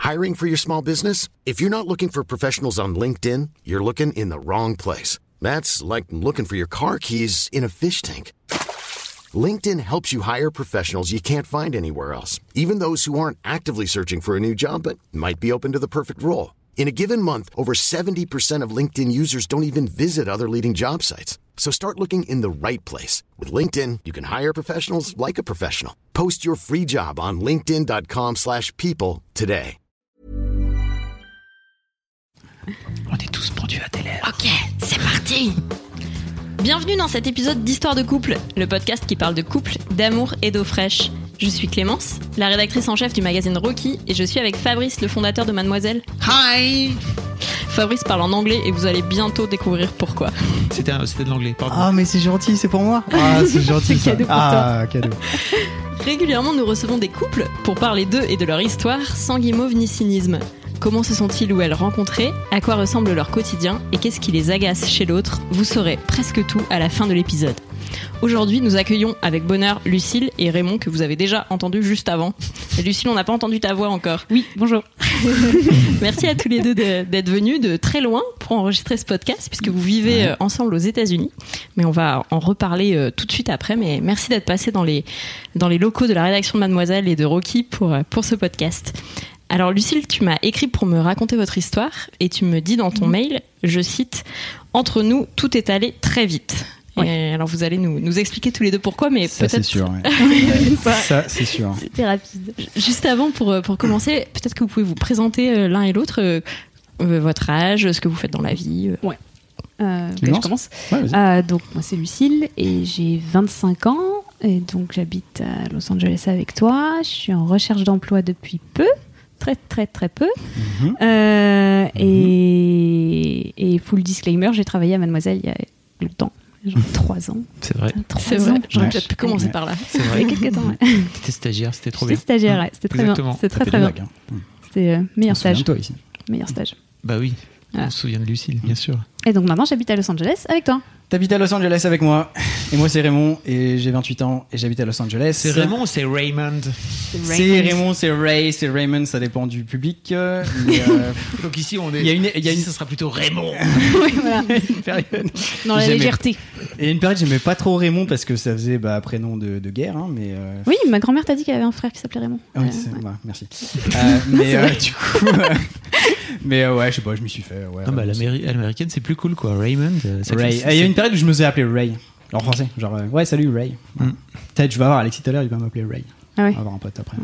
Hiring for your small business? If you're not looking for professionals on LinkedIn, you're looking in the wrong place. That's like looking for your car keys in a fish tank. LinkedIn helps you hire professionals you can't find anywhere else, even those who aren't actively searching for a new job but might be open to the perfect role. In a given month, over 70% of LinkedIn users don't even visit other leading job sites. So start looking in the right place. With LinkedIn, you can hire professionals like a professional. Post your free job on linkedin.com/people today. On est tous pendus à tes lèvres. Ok, c'est parti. Bienvenue dans cet épisode d'Histoire de couple, le podcast qui parle de couple, d'amour et d'eau fraîche. Je suis Clémence, la rédactrice en chef du magazine Rocky, et je suis avec Fabrice, le fondateur de Mademoiselle. Hi. Fabrice parle en anglais et vous allez bientôt découvrir pourquoi. C'était de l'anglais, pardon. Ah, mais c'est gentil, c'est pour moi. Ah, c'est gentil. C'est cadeau pour toi. Cadeau. Régulièrement, nous recevons des couples pour parler d'eux et de leur histoire, sans guimauve ni cynisme. Comment se sont-ils ou elles rencontrés? À quoi ressemble leur quotidien? Et qu'est-ce qui les agace chez l'autre? Vous saurez presque tout à la fin de l'épisode. Aujourd'hui, nous accueillons avec bonheur Lucille et Raymond, que vous avez déjà entendu juste avant. Et Lucille, on n'a pas entendu ta voix encore. Oui, bonjour. Merci à tous les deux d'être venus de très loin pour enregistrer ce podcast, puisque vous vivez ensemble aux États-Unis. Mais on va en reparler tout de suite après. Mais merci d'être passés dans les locaux de la rédaction de Mademoiselle et de Rocky pour ce podcast. Alors Lucille, tu m'as écrit pour me raconter votre histoire et tu me dis dans ton mail, je cite, « Entre nous, tout est allé très vite ». Ouais. Et alors vous allez nous expliquer tous les deux pourquoi, mais ça, peut-être... c'est sûr. Ouais. Ça, c'est sûr. C'était rapide. Juste avant, pour commencer, peut-être que vous pouvez vous présenter l'un et l'autre, votre âge, ce que vous faites dans la vie. Ouais. Je commence. Ouais, donc moi c'est Lucille et j'ai 25 ans et donc j'habite à Los Angeles avec toi. Je suis en recherche d'emploi depuis peu. Très peu. Et full disclaimer, j'ai travaillé à Mademoiselle il y a longtemps, genre 3 ans. C'est vrai. C'est vrai. J'aurais peut-être pu commencer par là. C'est vrai. Il y a quelques temps. T'étais stagiaire, c'était trop bien. J'étais stagiaire, ouais. C'était très Exactement. bien. C'était très bien. C'était meilleur stage. Toi ici. Meilleur stage. Bah oui, Voilà. on se souvient de Lucille, bien sûr. Et donc maintenant j'habite à Los Angeles avec toi. T'habites à Los Angeles avec moi. Et moi, c'est Raymond. Et j'ai 28 ans. Et j'habite à Los Angeles. C'est Raymond ou c'est Raymond? C'est Raymond, c'est Ray, c'est Raymond. Ça dépend du public. Mais, Donc ici, ça sera plutôt Raymond. Oui, voilà. une période. Dans la J'aimais- légèreté. Et une période, j'aimais pas trop Raymond parce que ça faisait prénom de guerre. Hein, mais, Oui, ma grand-mère t'a dit qu'elle avait un frère qui s'appelait Raymond. Oui, merci. Mais du coup. Mais ouais, je sais pas, je m'y suis fait. Ouais, Non, bah, l'américaine, c'est plus cool, quoi. Raymond. Ray. Il y a une période où je me faisais appeler Ray. En français. Genre, ouais, salut Ray. Peut-être, je vais avoir Alexis tout à l'heure, il va m'appeler Ray. Ah ouais. On va avoir un pote après.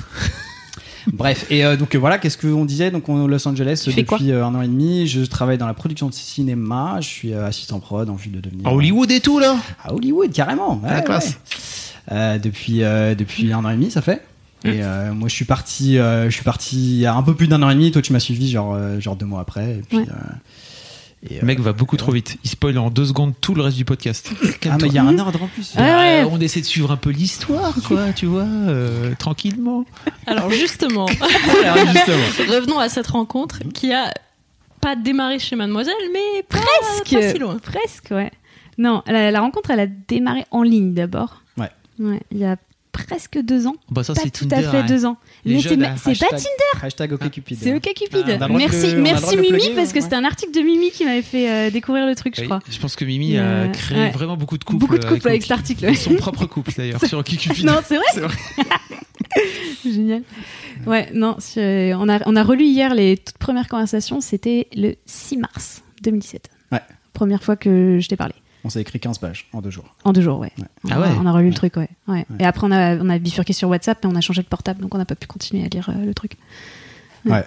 Bref, et donc voilà, qu'est-ce qu'on disait? Donc on est à Los Angeles Tu fais depuis 1 an et demi. Je travaille dans la production de cinéma. Je suis assistant prod en vue de devenir. À Hollywood et tout, là? À Hollywood, carrément. Ouais, la classe. Ouais. Depuis 1 an et demi, ça fait. Et moi, je suis parti il y a un peu plus d'1 an et demi. Toi, tu m'as suivi genre 2 mois après. Et puis, Le mec va beaucoup trop vite. Il spoil en 2 secondes tout le reste du podcast. Ah, mais il y a un ordre en plus. On essaie de suivre un peu l'histoire, quoi, tu vois, tranquillement. Alors justement, Alors, justement. revenons à cette rencontre qui a pas démarré chez Mademoiselle, mais pas si loin. Presque, ouais. Non, la rencontre, elle a démarré en ligne d'abord. Ouais. Il y a presque 2 ans. Bah, ça, Pas c'est tout Tinder, à fait hein. 2 ans. Les Mais jeunes, c'est pas Tinder. Hashtag OkCupid. C'est OkCupid. on a le droit de Merci, le- on a le droit merci de le Mimi, plugger, parce que ouais. c'était un article de Mimi qui m'avait fait découvrir le truc, je Oui, crois. je pense que Mimi a créé ouais. vraiment beaucoup de couples. Beaucoup de couples avec cet article. Et son propre couple, d'ailleurs, sur OkCupid. Non, c'est vrai. C'est vrai. Génial. Ouais, non, on a relu hier les toutes premières conversations, c'était le 6 mars 2017. Ouais. Première fois que je t'ai parlé. On s'est écrit 15 pages en 2 jours. En 2 jours, ouais. Ah ouais. On a relu le truc, ouais. Et après, on a bifurqué sur WhatsApp, mais on a changé de portable, donc on n'a pas pu continuer à lire le truc. Ouais.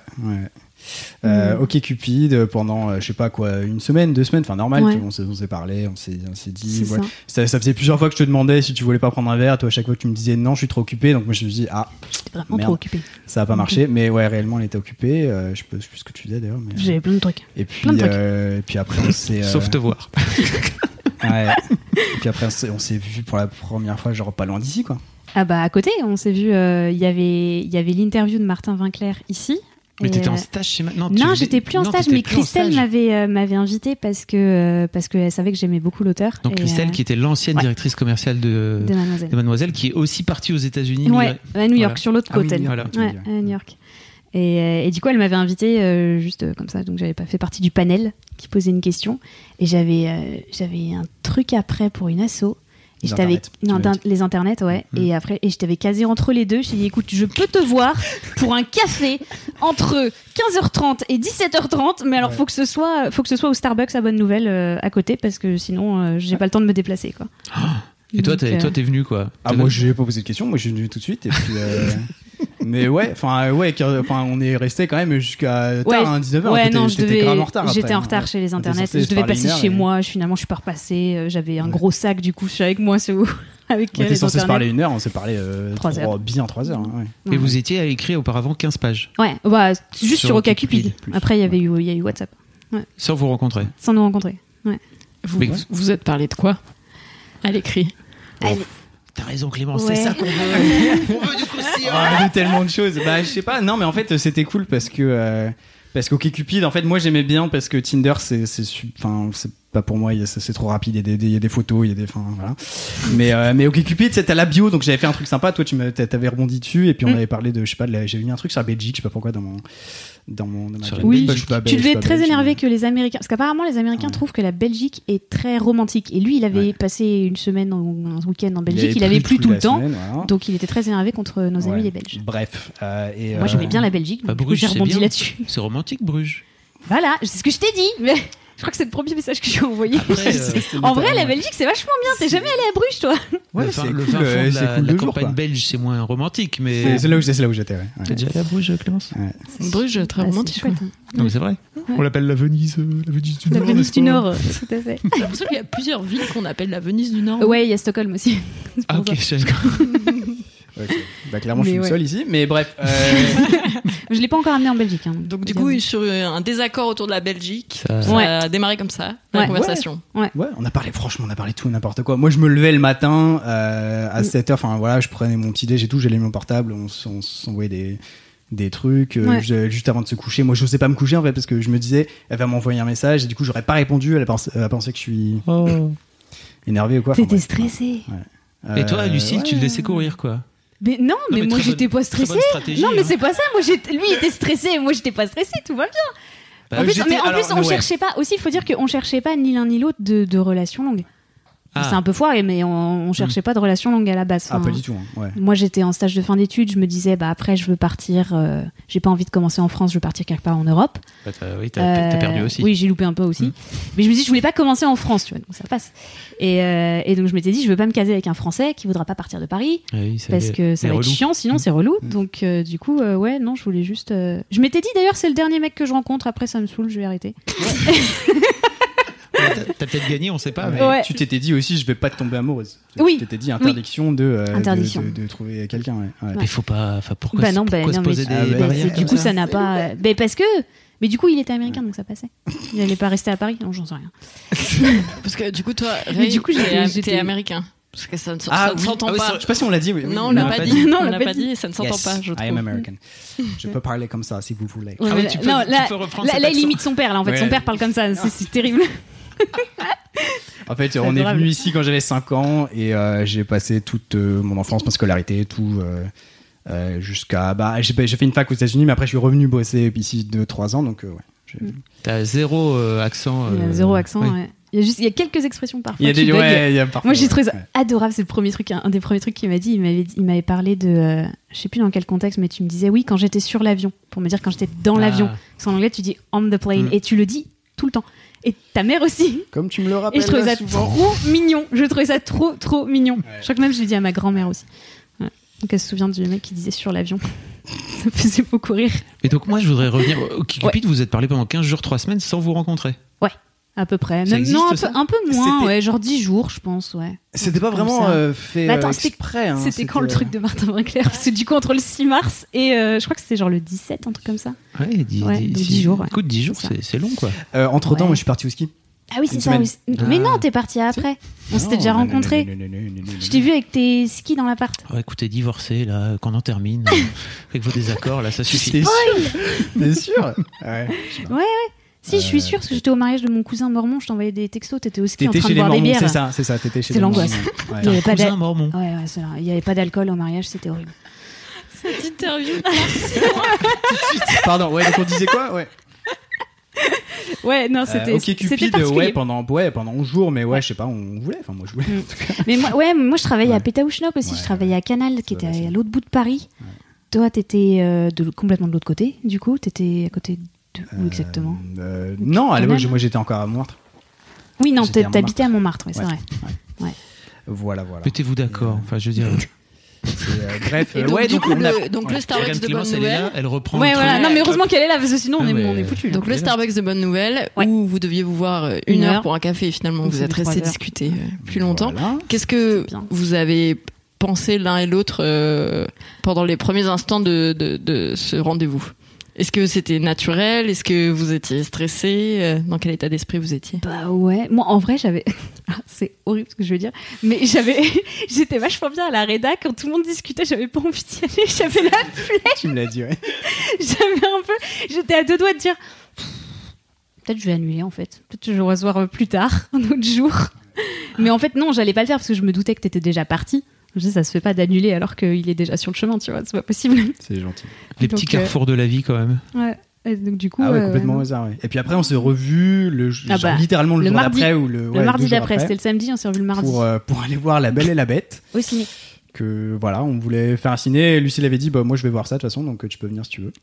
OkCupid pendant je sais pas quoi, 1 semaine, 2 semaines, enfin normal. Ouais. On s'est parlé, on s'est dit. C'est Ouais. Ça faisait plusieurs fois que je te demandais si tu voulais pas prendre un verre. Toi, à chaque fois, tu me disais non, je suis trop occupé. Donc moi, je me suis dit J'étais vraiment Merde. trop occupée. ça a pas marché. Mais ouais, réellement, elle était occupée. Je sais plus ce que tu faisais d'ailleurs. Mais... J'avais plein de trucs. Et puis, plein de trucs. et puis après, on s'est. Sauf te voir. Ouais. Et puis après, on s'est vu pour la première fois, genre pas loin d'ici, quoi. Ah bah à côté, on s'est vu. Il y avait l'interview de Martin Vinclair ici. Mais Et, t'étais en stage chez maintenant? Non, j'étais plus en stage, mais Christelle m'avait invitée parce qu'elle savait que j'aimais beaucoup l'auteur. Donc Christelle, qui était l'ancienne ouais. directrice commerciale de Mademoiselle. Mademoiselle, qui est aussi partie aux États-Unis. Ouais, à New York, Voilà. sur l'autre Ah oui, côté. New York, Voilà. tu veux Ouais, dire. à New York. Et du coup, elle m'avait invité juste comme ça, donc j'avais pas fait partie du panel qui posait une question. Et j'avais un truc après pour une asso. Et les internets, ouais. Et après, je t'avais casé entre les deux. Je t'ai dit, écoute, je peux te voir pour un café entre 15h30 et 17h30, mais alors faut que ce soit au Starbucks à Bonne Nouvelle à côté, parce que sinon j'ai pas le temps de me déplacer, quoi. Et toi, t'es venu quoi? Moi, je n'ai pas posé de question. Moi, je suis venu tout de suite. Et puis, mais on est resté quand même jusqu'à tard, 19h. Ouais, non, j'étais grave en retard. J'étais en retard chez les internets. Je devais passer chez moi. Finalement, je suis pas repassée. J'avais un gros sac, du coup, je suis avec moi. Avec on était censé se parler 1 heure. On s'est parlé 3 heures. Bien 3 heures. Hein, ouais. Et vous étiez à écrire auparavant 15 pages. Ouais, juste sur OkCupid. Après, il y a eu WhatsApp. Ouais. Sans vous rencontrer. Sans nous rencontrer. Ouais. Vous êtes parlé de quoi à l'écrit? T'as raison, Clémence, c'est ça qu'on veut. On veut du croustillant. Tellement de choses. Je sais pas. Non, mais en fait, c'était cool parce que OkCupid, en fait, moi j'aimais bien parce que Tinder, c'est pas pour moi, c'est trop rapide. Il y a des photos, il y a des, voilà. Mais OkCupid, c'était à la bio, donc j'avais fait un truc sympa. Toi, t'avais rebondi dessus, et puis on avait parlé de, je sais pas, j'avais mis un truc sur la Belgique, je sais pas pourquoi dans ma. Oui, tu devais être très énervé que les Américains, parce qu'apparemment les Américains trouvent que la Belgique est très romantique, et lui il avait passé une semaine ou un week-end en Belgique, il avait plu tout le temps, donc il était très énervé contre nos amis les Belges. Bref, moi j'aimais bien la Belgique, donc Bruges, j'ai rebondi là-dessus. C'est romantique, Bruges. Voilà, c'est ce que je t'ai dit, mais je crois que c'est le premier message que j'ai envoyé. En vrai, la Belgique, c'est vachement bien. T'es jamais allé à Bruges, toi? Ouais, le fin fond de la campagne belge, c'est moins romantique, mais. C'est là où j'étais, ouais. T'es déjà allé à Bruges, Clémence? Bruges, très romantique. Chouette. Non, mais c'est vrai. On l'appelle la Venise du Nord. La Venise du Nord, tout à fait. J'ai l'impression qu'il y a plusieurs villes qu'on appelle la Venise du Nord. Ouais, il y a Stockholm aussi. Ah, ok, je Okay. Clairement, je suis le seul ici, mais bref. Je l'ai pas encore amené en Belgique. Hein, donc, du coup, sur un désaccord autour de la Belgique, ça a démarré comme ça, la conversation. Ouais, on a parlé tout et n'importe quoi. Moi, je me levais le matin à 7h, enfin voilà, je prenais mon petit déj et tout, j'allais mon portable, on s'envoyait des trucs juste avant de se coucher. Moi, je n'osais pas me coucher en fait, parce que je me disais, elle va m'envoyer un message, et du coup, j'aurais pas répondu, elle a pensé que je suis énervé ou quoi. T'étais stressé. Et toi, Lucille, tu le laissais courir quoi? Mais non, mais moi j'étais pas stressée. Non, mais c'est pas ça. Lui il était stressé, moi j'étais pas stressée, tout va bien. En plus, on cherchait pas. Aussi, il faut dire qu'on cherchait pas ni l'un ni l'autre de relation longue. C'est un peu foiré, mais on cherchait pas de relation longue à la base. Pas du tout. Ouais. Moi, j'étais en stage de fin d'études. Je me disais, après, je veux partir. J'ai pas envie de commencer en France. Je veux partir quelque part en Europe. Oui, t'as perdu aussi. Oui, j'ai loupé un peu aussi. Mais je me dis, je voulais pas commencer en France, tu vois. Donc ça passe. Et donc je m'étais dit, je veux pas me caser avec un Français qui voudra pas partir de Paris, parce que ça va être chiant. Sinon, c'est relou. Donc du coup, non, je voulais juste. Je m'étais dit d'ailleurs, c'est le dernier mec que je rencontre. Après, ça me saoule. Je vais arrêter. T'as peut-être gagné, on sait pas. Mais tu t'étais dit aussi, je vais pas te tomber amoureuse. Oui. Tu t'étais dit interdiction de trouver quelqu'un. Ouais. Mais faut pas. Pourquoi se poser des barrières? Du coup, ça n'a pas. Parce que. Mais du coup, il était américain, donc ça passait. Il allait pas rester à Paris. Non, j'en sais rien. Parce que du coup, toi, j'étais américain. Parce que ça ne s'entend pas. Je sais pas si on l'a dit. Oui. Non, on l'a pas dit. Non, on l'a pas dit et ça ne s'entend pas, je trouve. I am American. Je peux parler comme ça si vous voulez. Tu peux reprendre là, il imite son père. Là, en fait, son père parle comme ça. C'est terrible. En fait, on est venu ici quand j'avais 5 ans et j'ai passé toute mon enfance, ma scolarité, tout jusqu'à. J'ai fait une fac aux États-Unis, mais après je suis revenu bosser ici 2-3 ans, donc T'as zéro accent. Zéro accent, ouais. Il y a quelques expressions parfois. Il y a parfois. Moi, j'ai trouvé ça adorable. C'est un des premiers trucs qu'il m'a dit. Il m'avait parlé de, je sais plus dans quel contexte, mais tu me disais oui quand j'étais sur l'avion, pour me dire quand j'étais dans l'avion. Parce qu'en anglais, tu dis on the plane et tu le dis tout le temps. Et ta mère aussi. Comme tu me le rappelles. Et je trouvais ça trop mignon. Je trouvais ça trop mignon. Ouais. Je crois que même je l'ai dit à ma grand-mère aussi. Ouais. Donc elle se souvient du mec qui disait sur l'avion. Ça me faisait beaucoup rire. Et donc moi je voudrais revenir. OkCupid, vous êtes parlé pendant 15 jours, 3 semaines sans vous rencontrer. Ouais. À peu près. Même, non, un peu moins, genre 10 jours, je pense, ouais. C'était pas vraiment fait exprès. C'était quand le truc de Martin Brinclair? Parce que du coup, entre le 6 mars et je crois que c'était genre le 17, un truc comme ça. Ouais, 10 jours. Écoute, 10 jours, c'est long, quoi. Entre-temps, moi, je suis parti au ski. Ah oui, c'est ça. Oui. Mais non, t'es parti après. On s'était déjà rencontrés. Je t'ai vu avec tes skis dans l'appart. Ouais, écoutez, divorcé, là, qu'on en termine. Avec vos désaccords, là, ça suffit. T'es sûr? Ouais. Si, je suis sûre, parce que j'étais au mariage de mon cousin mormon, je t'envoyais des textos, t'étais au ski en train de boire des bières. C'est ça, t'étais chez les mormons. C'était l'angoisse. Il n'y avait pas d'alcool au mariage, c'était horrible. Cette interview. Pardon, ouais, donc on disait quoi? Ouais. Ouais, non, c'était OkCupid, particulier. pendant 11 jours, mais ouais, je sais pas, on voulait, enfin moi je voulais. Mais moi je travaillais à Pétaouchnok aussi, je travaillais à Canal, qui était à l'autre bout de Paris. Toi, t'étais complètement de l'autre côté, du coup, t'étais à côté de où exactement? Non, à l'époque, moi j'étais encore à Montmartre. Oui, non, t'habitais à Montmartre, oui, c'est vrai. Ouais. Voilà. Mettez-vous d'accord, enfin je veux dire. Bref, donc le Starbucks de bonne nouvelle. Elle reprend. Ouais, voilà. Non, mais heureusement qu'elle est là, parce que sinon on est foutu. Donc le Starbucks de bonne nouvelle, où vous deviez vous voir une heure pour un café et finalement vous êtes restés discuter plus longtemps. Voilà. Qu'est-ce que vous avez pensé l'un et l'autre pendant les premiers instants de ce rendez-vous? Est-ce que c'était naturel? Est-ce que vous étiez stressé? Dans quel état d'esprit vous étiez? Bah ouais, moi en vrai j'avais... c'est horrible ce que je veux dire, mais j'étais vachement bien à la rédac quand tout le monde discutait, j'avais pas envie d'y aller, j'avais la flemme. Tu me l'as dit, ouais. J'étais à deux doigts de dire peut-être je vais annuler en fait, peut-être que je vais revoir plus tard, un autre jour. Mais en fait non, j'allais pas le faire parce que je me doutais que t'étais déjà parti. Je dis, ça se fait pas d'annuler alors qu'il est déjà sur le chemin, tu vois, c'est pas possible. C'est gentil. Les petits carrefours de la vie quand même. Ouais. Et donc du coup. Complètement au hasard, ouais. Et puis après, on s'est revus littéralement le jour mardi. d'après ou le mardi d'après. C'était le samedi, on s'est revus le mardi. Pour aller voir La Belle et la Bête. Au ciné. Que voilà, on voulait faire un ciné. Lucille avait dit, bah moi je vais voir ça de toute façon, donc tu peux venir si tu veux.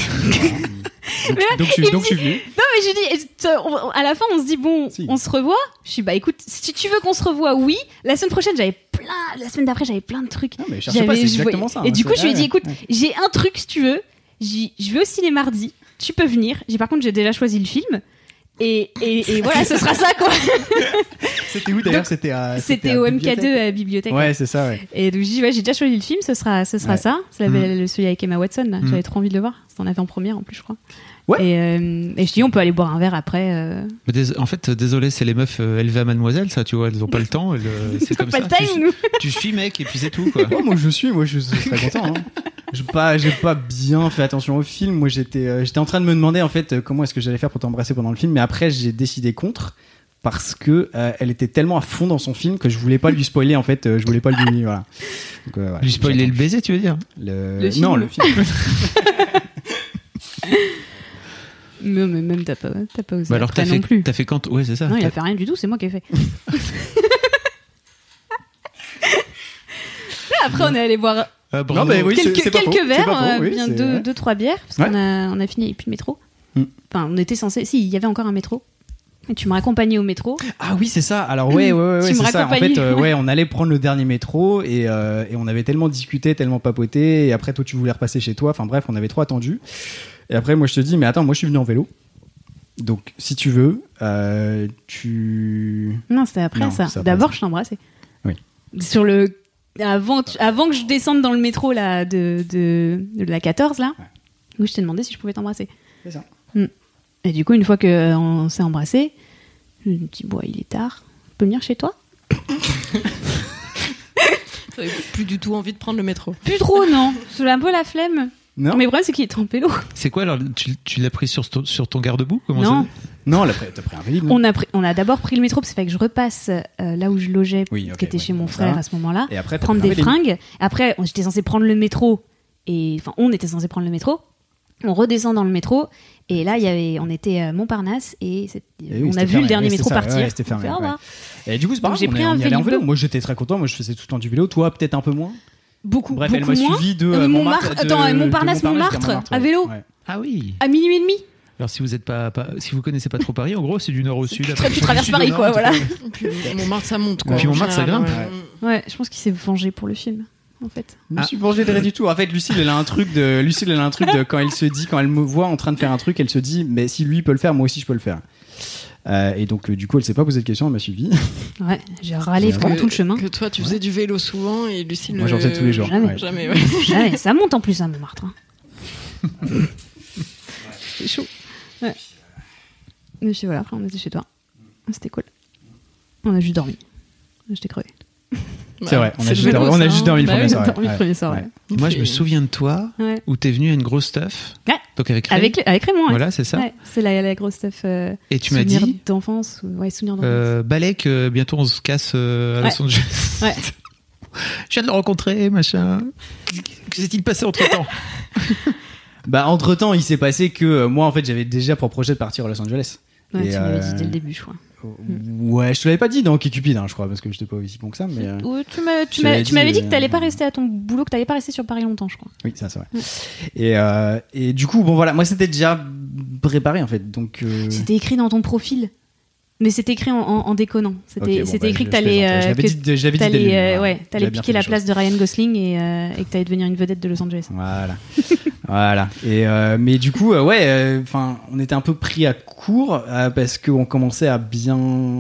donc je suis venu. Non mais j'ai dit, à la fin on se dit bon, on se revoit. Je suis bah écoute, si tu veux qu'on se revoie, oui. La semaine prochaine la semaine d'après j'avais plein de trucs. Non mais cherche pas, c'est exactement ça. Et du coup je lui ai dit écoute, j'ai un truc si tu veux. Je vais au ciné mardi. Tu peux venir. Par contre j'ai déjà choisi le film. Et voilà, ce sera ça quoi. C'était où d'ailleurs? C'était au MK2 à la bibliothèque. Ouais, c'est ça, ouais. Et donc j'ai dit, j'ai déjà choisi le film, ce sera ça. C'est celui avec Emma Watson, là. J'avais trop envie de le voir. C'était en avait en première en plus, je crois. Ouais. Et je dis, on peut aller boire un verre après. Mais en fait, désolé, c'est les meufs élevées à Mademoiselle, ça, tu vois, elles ont pas le temps. C'est comme pas ça. Le time, nous. Tu suis, mec, et puis c'est tout, quoi. Oh, moi je serais content. Hein. J'ai pas bien fait attention au film. Moi j'étais en train de me demander en fait comment est-ce que j'allais faire pour t'embrasser pendant le film, mais après j'ai décidé contre parce que elle était tellement à fond dans son film que je voulais pas lui spoiler en fait. Je voulais pas lui voilà. Donc, voilà, lui spoiler le baiser, tu veux dire? Le film. Non, le film. Mais même t'as pas osé. Bah alors t'as fait quand? Ouais, c'est ça. Non, il a fait rien du tout, c'est moi qui ai fait. Après on est allé boire non, mais oui, quelques verres, oui, bien 2-3 bières, parce qu'on a fini avec plus de métro. Enfin, on était censé. Si, il y avait encore un métro. Et tu me raccompagnais au métro. Ah oui, c'est ça. Alors ouais, c'est ça. En fait, on allait prendre le dernier métro et on avait tellement discuté, tellement papoté. Et après, toi, tu voulais repasser chez toi. Enfin bref, on avait trop attendu. Et après, moi, je te dis, mais attends, moi, je suis venu en vélo. Donc, si tu veux, tu. Non, c'était après ça. D'abord, je t'embrassais. Oui. Sur le. Avant que je descende dans le métro là, de la 14, là, où je t'ai demandé si je pouvais t'embrasser. C'est ça. Et du coup, une fois qu'on s'est embrassé, je me dis, bon, il est tard, je peux venir chez toi? J'avais plus du tout envie de prendre le métro. Plus trop, non. J'ai un peu la flemme. Non. Mais le problème, c'est qu'il est en vélo. C'est quoi alors? Tu l'as pris sur ton garde-boue? Comment non. Ça? Non, t'as pris un Vélib. On a d'abord pris le métro, parce qu'il fallait que je repasse là où je logeais, qui était chez mon frère à ce moment-là, et après, prendre des fringues. Après, j'étais censé prendre le métro, on était censé prendre le métro. On redescend dans le métro, et là, on était à Montparnasse, et on a vu le dernier métro partir. Ouais, c'était fermé. Et du coup, c'est pas grave, j'ai pris un Vélib en vélo. vélo. Moi, j'étais très content. Moi, je faisais tout le temps du vélo. Toi, peut-être un peu moins. Beaucoup, bref, beaucoup elle m'a moins. suivi de Montmartre. Montparnasse, à vélo. Ouais. Ah oui. À minuit et demi. Alors si vous connaissez pas trop Paris, en gros c'est du nord au sud. Tu traverses Paris quoi, voilà. Puis Montmartre ça monte quoi. Puis Montmartre ça grimpe. Ouais, je pense qu'il s'est vengé pour le film. En fait. Je me suis vengé de rien du tout. En fait, Lucille, elle a un truc de quand elle me voit en train de faire un truc, elle se dit, mais si lui peut le faire, moi aussi je peux le faire. Et donc, du coup, elle s'est pas posé de questions, elle m'a suivi. Ouais, j'ai râlé pendant tout le chemin. Que toi, tu faisais du vélo souvent et Lucille. Moi, j'en faisais tous les jours. Jamais. Jamais. Ça monte en plus à Montmartre. C'est chaud. Ouais. Et puis voilà, après, on était chez toi. C'était cool. On a juste dormi. J'étais crevée. C'est vrai, on a juste dormi le premier soir. Moi, je me souviens de toi où t'es venu à une grosse stuff. Ouais. Donc avec Raymond. Avec Raymond. Ouais. Voilà, c'est ça. Ouais, c'est la grosse stuff. Et tu m'as dit. Souvenir d'enfance. Ouais, souvenir d'enfance. Balek, bientôt on se casse à Los Angeles. Ouais. Je viens de le rencontrer, machin. Que s'est-il passé entre-temps? Bah, entre-temps, il s'est passé que moi, en fait, j'avais déjà pour projet de partir à Los Angeles. Ouais, tu m'avais dit dès le début, je crois. Ouais, je te l'avais pas dit dans K-Cupid, je crois, parce que j'étais pas aussi bon que ça. Mais Ouais, tu m'avais dit que t'allais pas rester à ton boulot, que t'allais pas rester sur Paris longtemps, je crois. Oui, ça c'est vrai. Et du coup, bon voilà, moi c'était déjà préparé en fait, donc. C'était écrit dans ton profil. Mais c'était écrit en déconnant. C'était écrit que t'allais t'allais piquer la place de Ryan Gosling et que t'allais devenir une vedette de Los Angeles. Voilà. Voilà. Et mais du coup, on était un peu pris à court parce qu'on commençait à bien,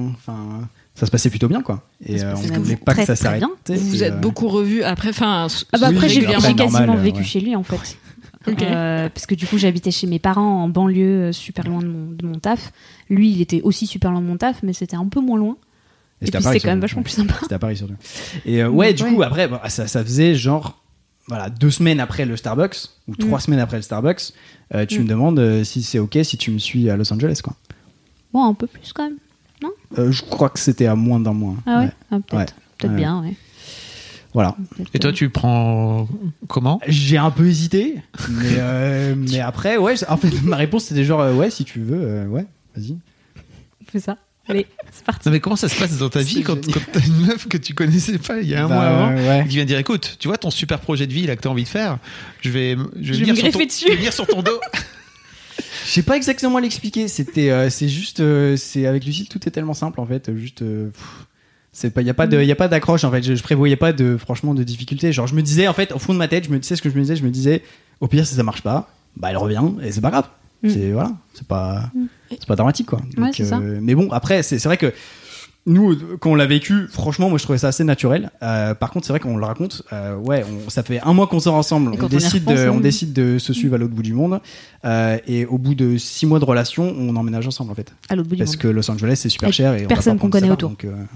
ça se passait plutôt bien quoi. Et on voulait pas que ça s'arrête. Vous vous êtes beaucoup revus après. Après j'ai quasiment vécu chez lui en fait. Ouais. Okay. Parce que du coup j'habitais chez mes parents en banlieue, super loin de mon taf. Lui il était aussi super loin de mon taf, mais c'était un peu moins loin. Et puis c'était quand même vachement plus sympa. C'était à Paris surtout. Et du coup après ça faisait genre 2 semaines après le Starbucks ou 3 semaines après le Starbucks, tu me demandes si c'est ok si tu me suis à Los Angeles quoi. Bon, un peu plus quand même, non? Je crois que c'était à moins d'un mois. Ah ouais, peut-être bien, ouais. Voilà. Et toi, tu prends comment? J'ai un peu hésité, mais après, en fait, ma réponse c'était genre, si tu veux, vas-y. Fais ça. Allez, c'est parti. Non, mais comment ça se passe dans ta vie quand t'as une meuf que tu connaissais pas il y a un mois avant, qui vient dire, écoute, tu vois ton super projet de vie là que t'as envie de faire, je vais venir sur ton dos. Je sais pas exactement l'expliquer. C'est juste, c'est avec Lucille, tout est tellement simple en fait. Juste. C'est pas, y a pas d'accroche en fait. Je prévoyais pas de difficulté. Genre je me disais en fait au fond de ma tête, je me disais au pire si ça marche pas, elle revient et c'est pas grave. C'est pas dramatique quoi. Donc, c'est ça. Mais bon après c'est vrai que nous quand on l'a vécu, franchement moi je trouvais ça assez naturel. Par contre c'est vrai qu'on le raconte, ça fait un mois qu'on sort ensemble, on décide de se suivre à l'autre bout du monde et au bout de 6 mois de relation on emménage ensemble en fait. À l'autre bout du monde. Parce que Los Angeles c'est super cher et personne qu'on connaît autour.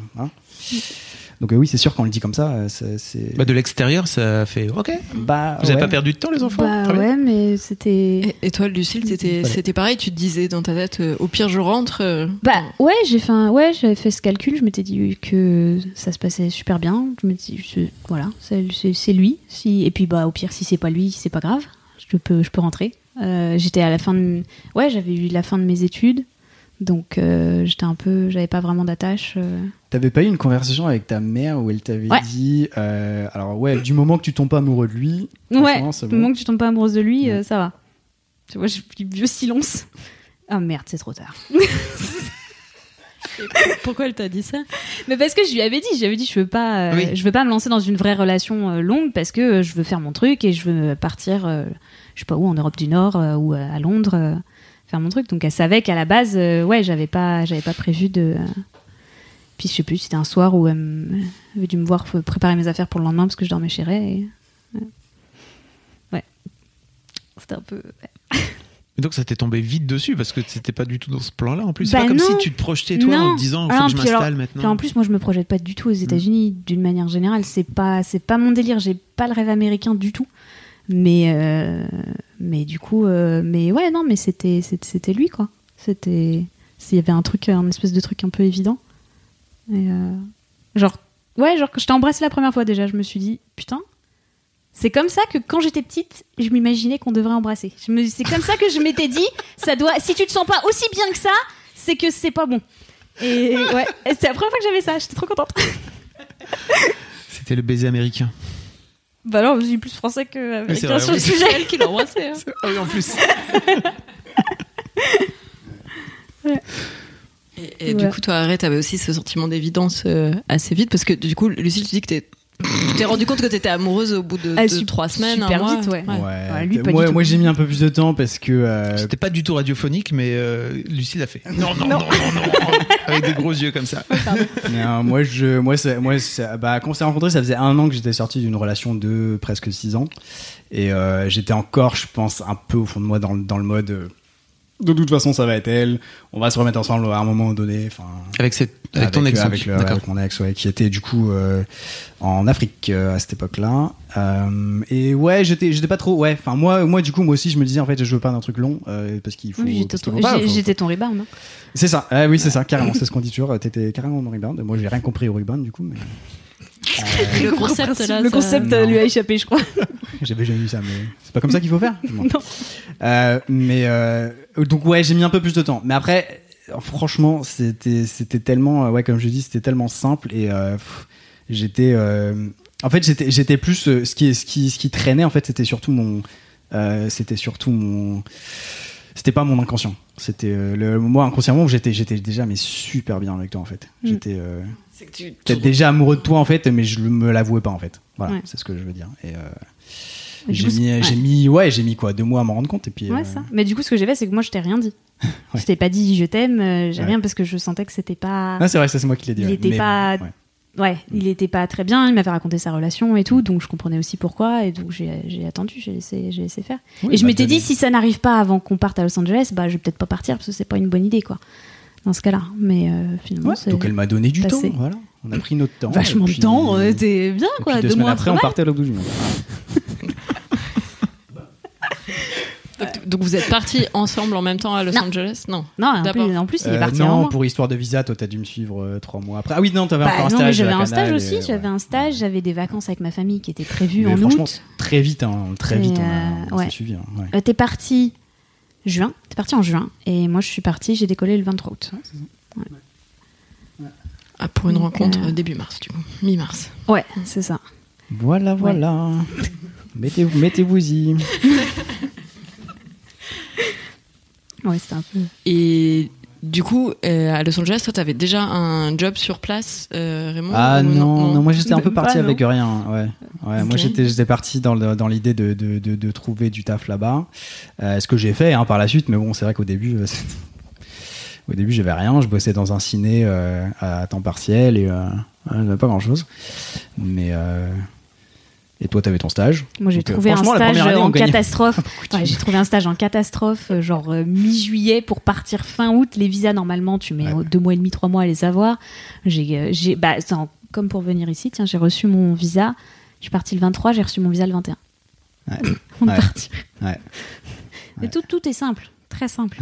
Donc oui, c'est sûr quand on le dit comme ça, c'est. De l'extérieur, ça fait OK. Vous avez pas perdu de temps, les enfants? Ouais, mais c'était. Et toi, Lucille, c'était pareil. Tu te disais dans ta tête, au pire, je rentre. J'avais fait ce calcul. Je m'étais dit que ça se passait super bien. Je me dis, c'est lui. Et puis au pire, si c'est pas lui, c'est pas grave. Je peux rentrer. J'étais à la fin j'avais eu la fin de mes études. Donc j'avais pas vraiment d'attache. T'avais pas eu une conversation avec ta mère où elle t'avait dit du moment que tu tombes pas amoureux de lui, du moment que tu tombes pas amoureuse de lui, ça va. Tu vois, j'ai eu vieux silence. Ah merde, c'est trop tard. Pourquoi elle t'a dit ça? Mais parce que je lui avais dit je veux pas me lancer dans une vraie relation longue parce que je veux faire mon truc et je veux partir je sais pas où, en Europe du Nord ou à Londres faire mon truc. Donc elle savait qu'à la base j'avais pas prévu de puis je sais plus, c'était un soir où elle avait dû me voir préparer mes affaires pour le lendemain parce que je dormais chez Ray et... c'était un peu Et donc ça t'est tombé vite dessus parce que c'était pas du tout dans ce plan-là en plus. C'est pas comme si tu te projetais toi en te disant faut que je m'installe maintenant. Puis en plus moi je me projette pas du tout aux États-Unis d'une manière générale, c'est pas mon délire, j'ai pas le rêve américain du tout. Mais du coup mais c'était lui quoi. S'il y avait un espèce de truc un peu évident. Et genre quand je t'ai embrassé la première fois déjà, je me suis dit putain, c'est comme ça que quand j'étais petite, je m'imaginais qu'on devrait embrasser. C'est comme ça que je m'étais dit, si tu te sens pas aussi bien que ça, c'est que c'est pas bon. Et c'était la première fois que j'avais ça, j'étais trop contente. C'était le baiser américain. Bah non, je suis plus français que américain sur le sujet. C'est elle qui l'a embrassé. Ah oui, en plus. Et du coup, toi, Arrête, t'avais aussi ce sentiment d'évidence assez vite parce que du coup, Lucille, tu dis que tu t'es rendu compte que t'étais amoureuse au bout de 3 semaines, super un vite, mois. Lui, moi j'ai mis un peu plus de temps parce que c'était pas du tout radiophonique, mais Lucille l'a fait. Non, avec des gros yeux comme ça. Moi, quand on s'est rencontrés, ça faisait 1 an que j'étais sorti d'une relation de presque 6 ans et j'étais encore, je pense, un peu au fond de moi dans le mode. De toute façon, ça va être elle. On va se remettre ensemble à un moment donné. Avec ton ex, avec mon ex, qui était du coup en Afrique à cette époque-là. Et j'étais pas trop. Moi, du coup, moi aussi, je me disais en fait, je veux pas d'un truc long parce qu'il faut. Oui, j'étais ton rebound. Hein. C'est ça. Oui, c'est ça. Carrément, c'est ce qu'on dit toujours. T'étais carrément mon rebound. Moi, j'ai rien compris au rebound du coup. Mais... Le concept lui a échappé, je crois. J'avais jamais vu ça, mais c'est pas comme ça qu'il faut faire. Non. Donc ouais, j'ai mis un peu plus de temps. Mais après, franchement, c'était tellement, comme je dis, c'était tellement simple et j'étais plus ce qui traînait en fait, c'était pas mon inconscient. C'était moi inconsciemment, j'étais déjà mais super bien avec toi en fait. J'étais peut-être déjà amoureux de toi en fait, mais je me l'avouais pas en fait. Voilà, c'est ce que je veux dire. Et j'ai mis quoi 2 mois à m'en rendre compte et puis. Ouais, ça. Mais du coup, ce que j'ai fait, c'est que moi, je t'ai rien dit. Je t'ai pas dit je t'aime, j'ai rien parce que je sentais que c'était pas. Ah, c'est vrai, ça c'est moi qui l'ai dit. Il était pas. Il était pas très bien. Il m'avait raconté sa relation et tout, donc je comprenais aussi pourquoi. Et donc j'ai attendu, j'ai laissé faire. Oui, et je m'étais dit, si ça n'arrive pas avant qu'on parte à Los Angeles, je vais peut-être pas partir parce que c'est pas une bonne idée, quoi. Dans ce cas-là, mais finalement. Donc elle m'a donné du temps. Voilà, on a pris notre temps. Vachement de temps. T'es bien, quoi. 2 semaines après, on partait à l'autre bout du monde. Donc vous êtes partis ensemble en même temps à Los Angeles ? Non. En plus il est parti non, pour histoire de visa, toi t'as dû me suivre 3 mois après. Ah oui, non, t'avais encore un stage. Non, mais j'avais un stage aussi, j'avais un stage, j'avais des vacances avec ma famille qui étaient prévues en août. Très vite, on s'est suivis. T'es parti en juin, et moi je suis partie, j'ai décollé le 23 août. Pour une rencontre début mars, du coup, mi-mars. Ouais, c'est ça. Voilà. Mettez-vous-y. Ouais, c'était un peu. Et du coup, à Los Angeles, toi, t'avais déjà un job sur place, Raymond ? Ah non, moi j'étais un peu parti avec rien. Ouais. Okay. Moi j'étais parti dans l'idée de trouver du taf là-bas. Ce que j'ai fait par la suite, mais bon, c'est vrai qu'au début, j'avais rien. Je bossais dans un ciné à temps partiel et j'avais pas grand-chose. Mais et toi, t'avais ton stage. Moi, j'ai trouvé un stage en catastrophe. J'ai trouvé un stage en catastrophe, genre mi-juillet pour partir fin août. Les visas, normalement, tu mets 2 mois et demi, 3 mois à les avoir. Comme pour venir ici, tiens, j'ai reçu mon visa. Je suis partie le 23, j'ai reçu mon visa le 21. On est parti. Mais tout est simple, très simple.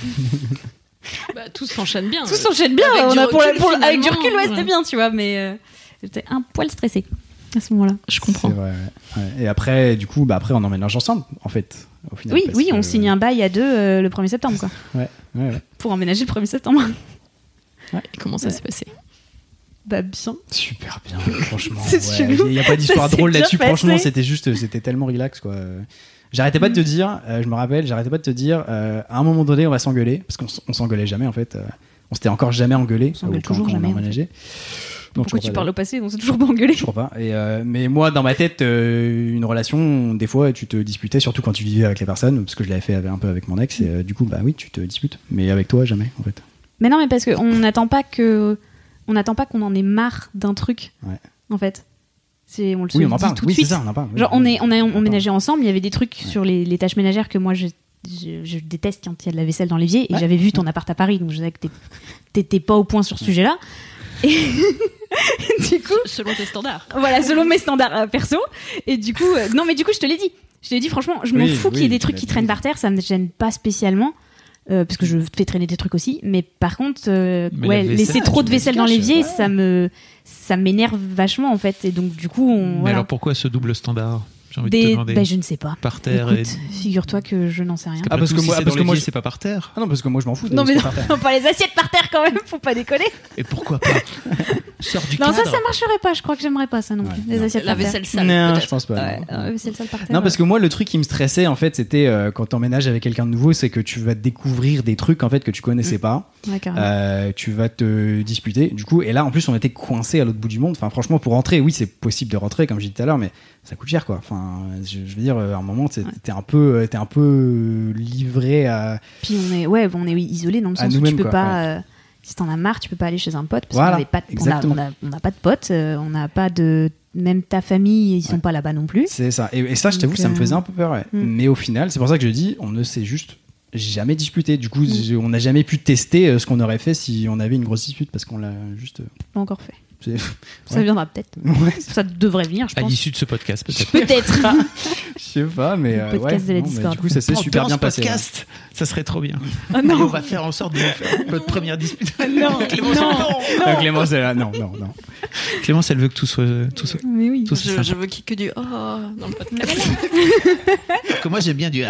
Tout s'enchaîne bien. Tout s'enchaîne bien. Avec du recul, c'était bien, tu vois. Mais j'étais un poil stressée à ce moment-là. Je comprends. Vrai, Et après, du coup, après on emménage ensemble, en fait. Au final, on signe un bail à 2 le 1er septembre, quoi. Ouais. Pour emménager le 1er septembre. Et comment ça s'est passé ? Bien. Super bien, franchement. Il n'y a pas d'histoire drôle là-dessus. Franchement, c'était tellement relax, quoi. J'arrêtais pas de te dire, je me rappelle, à un moment donné, on va s'engueuler, parce qu'on s'engueulait jamais, en fait. On s'était encore jamais engueulé. On s'engueule toujours jamais. Donc, pourquoi tu parles au passé ? On s'est toujours pas engueulé. Je crois pas. Mais moi, dans ma tête, une relation, des fois, tu te disputais, surtout quand tu vivais avec les personnes, parce que je l'avais fait un peu avec mon ex, et du coup, oui, tu te disputes. Mais avec toi, jamais, en fait. Mais non, mais parce qu'on n'attend pas qu'on en ait marre d'un truc, en fait. On le on en parle. Tout de suite. C'est ça, on en parle. Genre, on emménageait ensemble, il y avait des trucs sur les tâches ménagères que moi, je déteste quand il y a de la vaisselle dans l'évier, et j'avais vu ton appart à Paris, donc je savais que t'étais pas au point sur ce sujet-là. Et du coup, selon tes standards. Voilà, selon mes standards perso. Et du coup, je te l'ai dit. Je t'ai dit, franchement, je m'en fous qu'il y ait des trucs qui traînent par terre, ça me gêne pas spécialement. Parce que je fais traîner des trucs aussi. Mais par contre, laisser trop de vaisselle dans l'évier, ça m'énerve vachement, en fait. Et donc, du coup, alors pourquoi ce double standard ? J'ai envie de te demander. Je ne sais pas. Par terre. Écoute, figure-toi que je n'en sais rien. Parce que moi, c'est pas par terre. Ah non, parce que moi, je m'en fous. Non, mais pas les assiettes par terre quand même, faut pas déconner. Et pourquoi pas ? Sors du cadre. Non, ça marcherait pas. Je crois que j'aimerais pas ça non plus. Les assiettes la par terre. vaisselle sale. Non, je pense pas. La vaisselle sale par terre. Non, parce que moi, le truc qui me stressait, en fait, c'était quand t'emménages avec quelqu'un de nouveau, c'est que tu vas découvrir des trucs en fait que tu connaissais pas. Tu vas te disputer. Du coup, et là, en plus, on était coincés à l'autre bout du monde. Enfin, franchement, pour rentrer, oui, c'est possible de rentrer, comme j'ai dit tout à l'heure, mais ça coûte cher, quoi. Enfin, je veux dire, à un moment, t'es un peu livré à. Puis on est isolé dans le sens où tu peux pas. Si t'en as marre, tu peux pas aller chez un pote parce qu'on n'a pas de potes, on n'a pas de. Même ta famille, ils sont pas là-bas non plus. C'est ça. Et ça, je t'avoue, ça me faisait un peu peur. Mais au final, c'est pour ça que je dis, on ne s'est juste jamais disputé. Du coup, on n'a jamais pu tester ce qu'on aurait fait si on avait une grosse dispute parce qu'on l'a juste. Pas encore fait. Ça viendra peut-être. Ouais. Ça devrait venir, je pense. À l'issue de ce podcast, peut-être. Peut-être. Je sais pas, mais Le podcast de la Discord. du coup, ça s'est super bien passé. Podcast, ça serait trop bien. Oh non. Allez, on va faire en sorte de faire votre première dispute. Non, Clémence, elle a... non. Clémence, elle veut que tout soit Mais oui. tout soit Je veux qu'il y ait que du dans le podcast. que moi j'aime bien du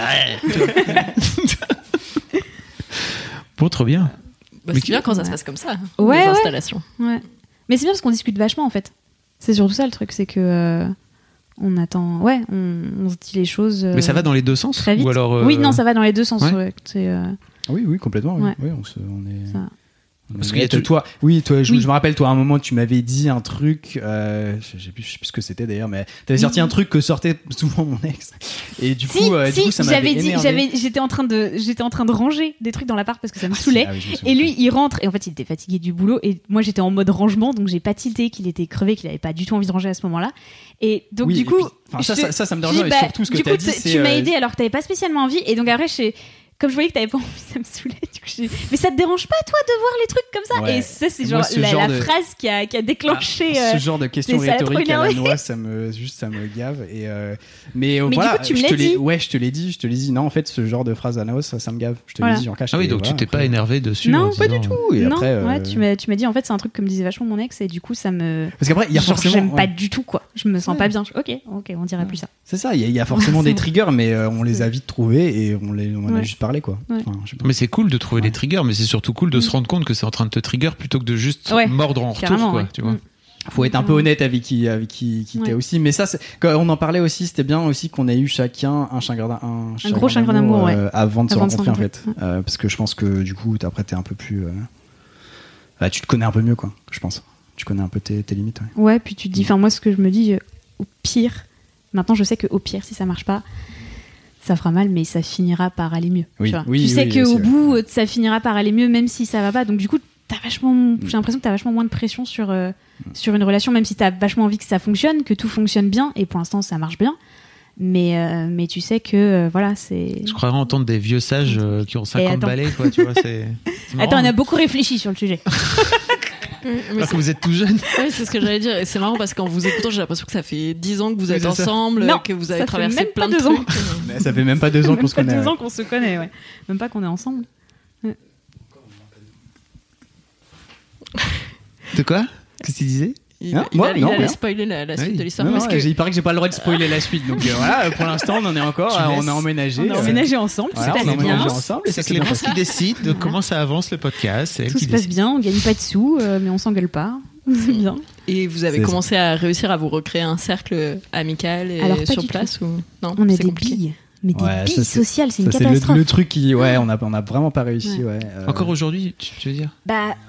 Bon, trop bien. C'est bien quand ça se passe comme ça. Ouais, les ouais. installations. Ouais. Mais c'est bien parce qu'on discute vachement en fait. C'est surtout ça le truc, c'est que on attend. Ouais, on se dit les choses. Mais ça va dans les deux sens très vite. ou alors Oui, non, ça va dans les deux sens. Ouais. Ouais. C'est, Oui, complètement. Oui. Ouais. Oui, on est. ça. Parce Mais que toi, je me rappelle, toi, à un moment, tu m'avais dit un truc, je sais plus ce que c'était d'ailleurs, mais t'avais sorti un truc que sortait souvent mon ex. Et du coup, ça m'avait énervé. J'étais en train de ranger des trucs dans l'appart parce que ça me saoulait. Et lui, il rentre, et en fait, il était fatigué du boulot, et moi, j'étais en mode rangement, donc j'ai pas tilté qu'il était crevé, qu'il avait pas du tout envie de ranger à ce moment-là. Et donc, du coup. Ça me dérange, et surtout ce que t'as dit, c'est. Tu m'as aidé alors que t'avais pas spécialement envie, et donc après, comme je voyais que t'avais pas envie, ça me saoulait. Du coup, mais ça te dérange pas, toi, de voir les trucs comme ça? Ouais. Et ça, c'est genre la phrase qui a déclenché. Ce genre de questions rhétoriques à la noix, ça me gave. Et mais voilà, du coup, tu me l'as dit. Ouais, je te l'ai dit. Non, en fait, ce genre de phrase à la noix, ça me gave. Je te l'ai dit, j'en cache. Ah oui, donc tu t'es pas énervé dessus? Non, pas du tout. Et non, après, ouais, tu m'as dit, en fait, c'est un truc que me disait vachement mon ex, et du coup, ça me. Parce qu'après, il y a forcément. J'aime pas du tout, quoi. Je me sens pas bien. Ok, on dirait plus ça. C'est ça, il y a forcément des triggers, mais on les a vite trouvés et on en a juste parlé, quoi. Mais c'est cool de trouver les triggers, mais c'est surtout cool de se rendre compte que c'est en train de te trigger plutôt que de juste mordre en retour, quoi, tu vois. Faut être un peu honnête avec qui t'es aussi, mais ça, quand on en parlait aussi, c'était bien aussi qu'on ait eu chacun un gros chagrin d'amour, avant de se rencontrer, en fait, parce que je pense que du coup après t'es un peu plus, tu te connais un peu mieux, quoi. Je pense, tu connais un peu tes limites. Ouais, puis tu te dis, enfin moi ce que je me dis, au pire, maintenant je sais que au pire si ça marche pas, ça fera mal, mais ça finira par aller mieux. Tu sais qu'au bout, ça finira par aller mieux, même si ça va pas. Donc du coup, j'ai l'impression que t'as vachement moins de pression sur une relation, même si t'as vachement envie que ça fonctionne, que tout fonctionne bien. Et pour l'instant, ça marche bien. Mais tu sais que voilà, c'est. Je croirais entendre des vieux sages qui ont 50 balais, quoi. Tu vois, c'est attends, on a beaucoup réfléchi sur le sujet. Parce que vous êtes tout jeune. Oui, c'est ce que j'allais dire. Et c'est marrant parce qu'en vous écoutant, j'ai l'impression que ça fait 10 ans que vous êtes ensemble, que vous avez traversé plein de trucs. Mais ça fait même pas 2 ans qu'on se connaît. 2 ans qu'on se connaît, ouais. Même pas qu'on est ensemble. Ouais. De quoi? Qu'est-ce que tu disais? Il allait spoiler la suite de l'histoire. Il paraît que j'ai pas le droit de spoiler la suite, donc voilà, pour l'instant on en est encore, on a emménagé. On a emménagé ensemble, voilà, c'est bien. C'est Clémence qui décide de comment ça avance le podcast. Tout se passe bien, on gagne pas de sous, mais on s'engueule pas. C'est bien. Et vous avez commencé à réussir à vous recréer un cercle amical sur place ou non? On est des billes. Mais des billes sociales, c'est une catastrophe. C'est le truc qui, on a vraiment pas réussi. Encore aujourd'hui, tu veux dire?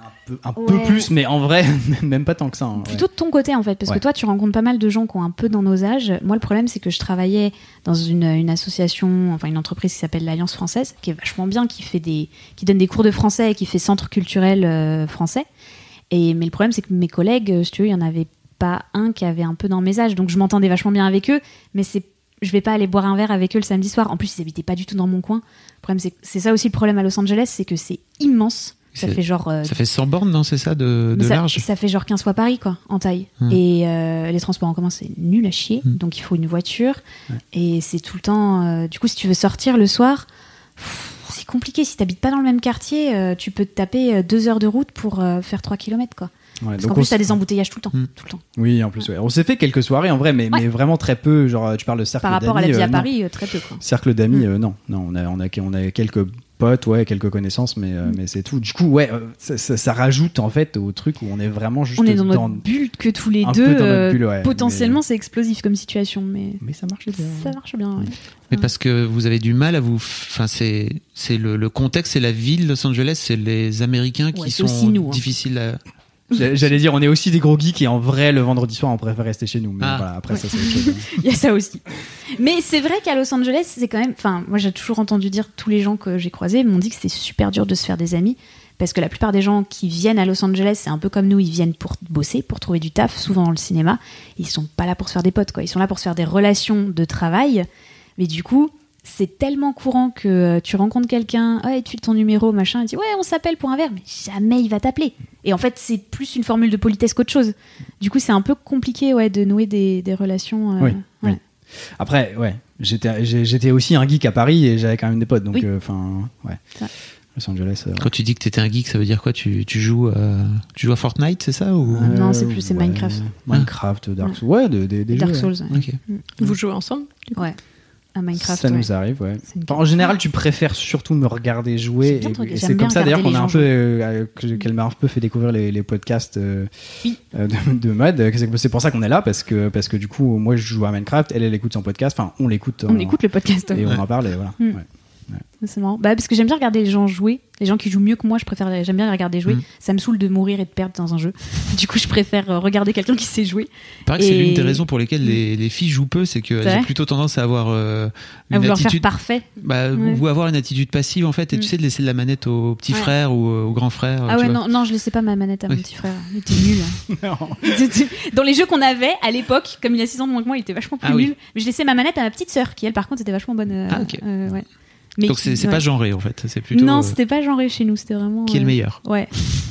Un peu plus, mais en vrai, même pas tant que ça. Plutôt de ton côté, en fait, parce que toi, tu rencontres pas mal de gens qui ont un peu dans nos âges. Moi, le problème, c'est que je travaillais dans une association, enfin une entreprise qui s'appelle l'Alliance Française, qui est vachement bien, qui donne des cours de français et qui fait centre culturel français. Mais le problème, c'est que mes collègues, si tu veux, il y en avait pas un qui avait un peu dans mes âges, donc je m'entendais vachement bien avec eux, mais je vais pas aller boire un verre avec eux le samedi soir. En plus, ils habitaient pas du tout dans mon coin. Le problème, c'est ça aussi le problème à Los Angeles, c'est que c'est immense. Ça fait 100 bornes, non? C'est ça, de large? Ça fait genre 15 fois Paris, quoi, en taille. Et les transports en commun, c'est nul à chier. Donc il faut une voiture. Et c'est tout le temps. Du coup, si tu veux sortir le soir, c'est compliqué. Si t'habites pas dans le même quartier, tu peux te taper 2 heures de route pour faire 3 km, quoi. Ouais, parce qu'en plus, t'as des embouteillages tout le temps. Oui, en plus, on s'est fait quelques soirées en vrai, mais vraiment très peu. Genre, tu parles de cercle d'amis. Par rapport à la vie à Paris, très peu, quoi. Cercle d'amis, non. On a quelques potes, quelques connaissances, mais c'est tout. Du coup, ça rajoute en fait au truc où on est vraiment juste. On est dans notre bulle que tous les deux. Potentiellement, c'est explosif comme situation, mais ça marche bien. Ça marche bien. Ouais. Mais parce que vous avez du mal à vous. Enfin, c'est le contexte, c'est la ville Los Angeles, c'est les Américains qui sont difficiles à. J'allais dire, on est aussi des gros geeks et en vrai, le vendredi soir, on préfère rester chez nous. Mais voilà, après, ça, c'est autre chose. Il y a ça aussi. Mais c'est vrai qu'à Los Angeles, c'est quand même. Enfin, moi, j'ai toujours entendu dire, tous les gens que j'ai croisés m'ont dit que c'était super dur de se faire des amis. Parce que la plupart des gens qui viennent à Los Angeles, c'est un peu comme nous, ils viennent pour bosser, pour trouver du taf, souvent dans le cinéma. Ils sont pas là pour se faire des potes, quoi. Ils sont là pour se faire des relations de travail. Mais du coup, c'est tellement courant que tu rencontres quelqu'un, et tu files ton numéro, machin, et tu dis ouais, on s'appelle pour un verre, mais jamais il va t'appeler. Et en fait, c'est plus une formule de politesse qu'autre chose. Du coup, c'est un peu compliqué de nouer des relations. Oui. Après, j'étais aussi un geek à Paris et j'avais quand même des potes, donc Los Angeles. Quand tu dis que t'étais un geek, ça veut dire quoi? Tu joues à Fortnite, c'est ça ou... Non, c'est Minecraft. Minecraft, Dark Souls. des Dark jeux. Souls. Okay. Vous jouez ensemble? Ouais. À Minecraft. Ça nous arrive, ouais. En général, tu préfères surtout me regarder jouer. Et c'est comme ça d'ailleurs qu'on a qu'elle m'a un peu fait découvrir les podcasts de Mad. C'est pour ça qu'on est là, parce que du coup, moi je joue à Minecraft, elle écoute son podcast. Enfin, on l'écoute. On écoute le podcast. Et on en parle, et voilà. Ouais. C'est marrant. Parce que j'aime bien regarder les gens jouer. Les gens qui jouent mieux que moi, j'aime bien les regarder jouer. Ça me saoule de mourir et de perdre dans un jeu. Du coup, je préfère regarder quelqu'un qui sait jouer. Il paraît que c'est l'une des raisons pour lesquelles les filles jouent peu, c'est qu'elles ont plutôt tendance à avoir une attitude faire parfait. Ou avoir une attitude passive en fait, et tu sais, de laisser de la manette au petit frère ou au grand frère. Ah ouais, non, je laissais pas ma manette à mon petit frère. Il était nul. Dans les jeux qu'on avait à l'époque, comme il a 6 ans de moins que moi, il était vachement plus nul. Mais je laissais ma manette à ma petite sœur, qui elle par contre était vachement bonne. Ouais. Mais donc c'est pas genré en fait, c'est plutôt. Non, c'était pas genré chez nous, c'était vraiment. Qui est le meilleur. Ouais.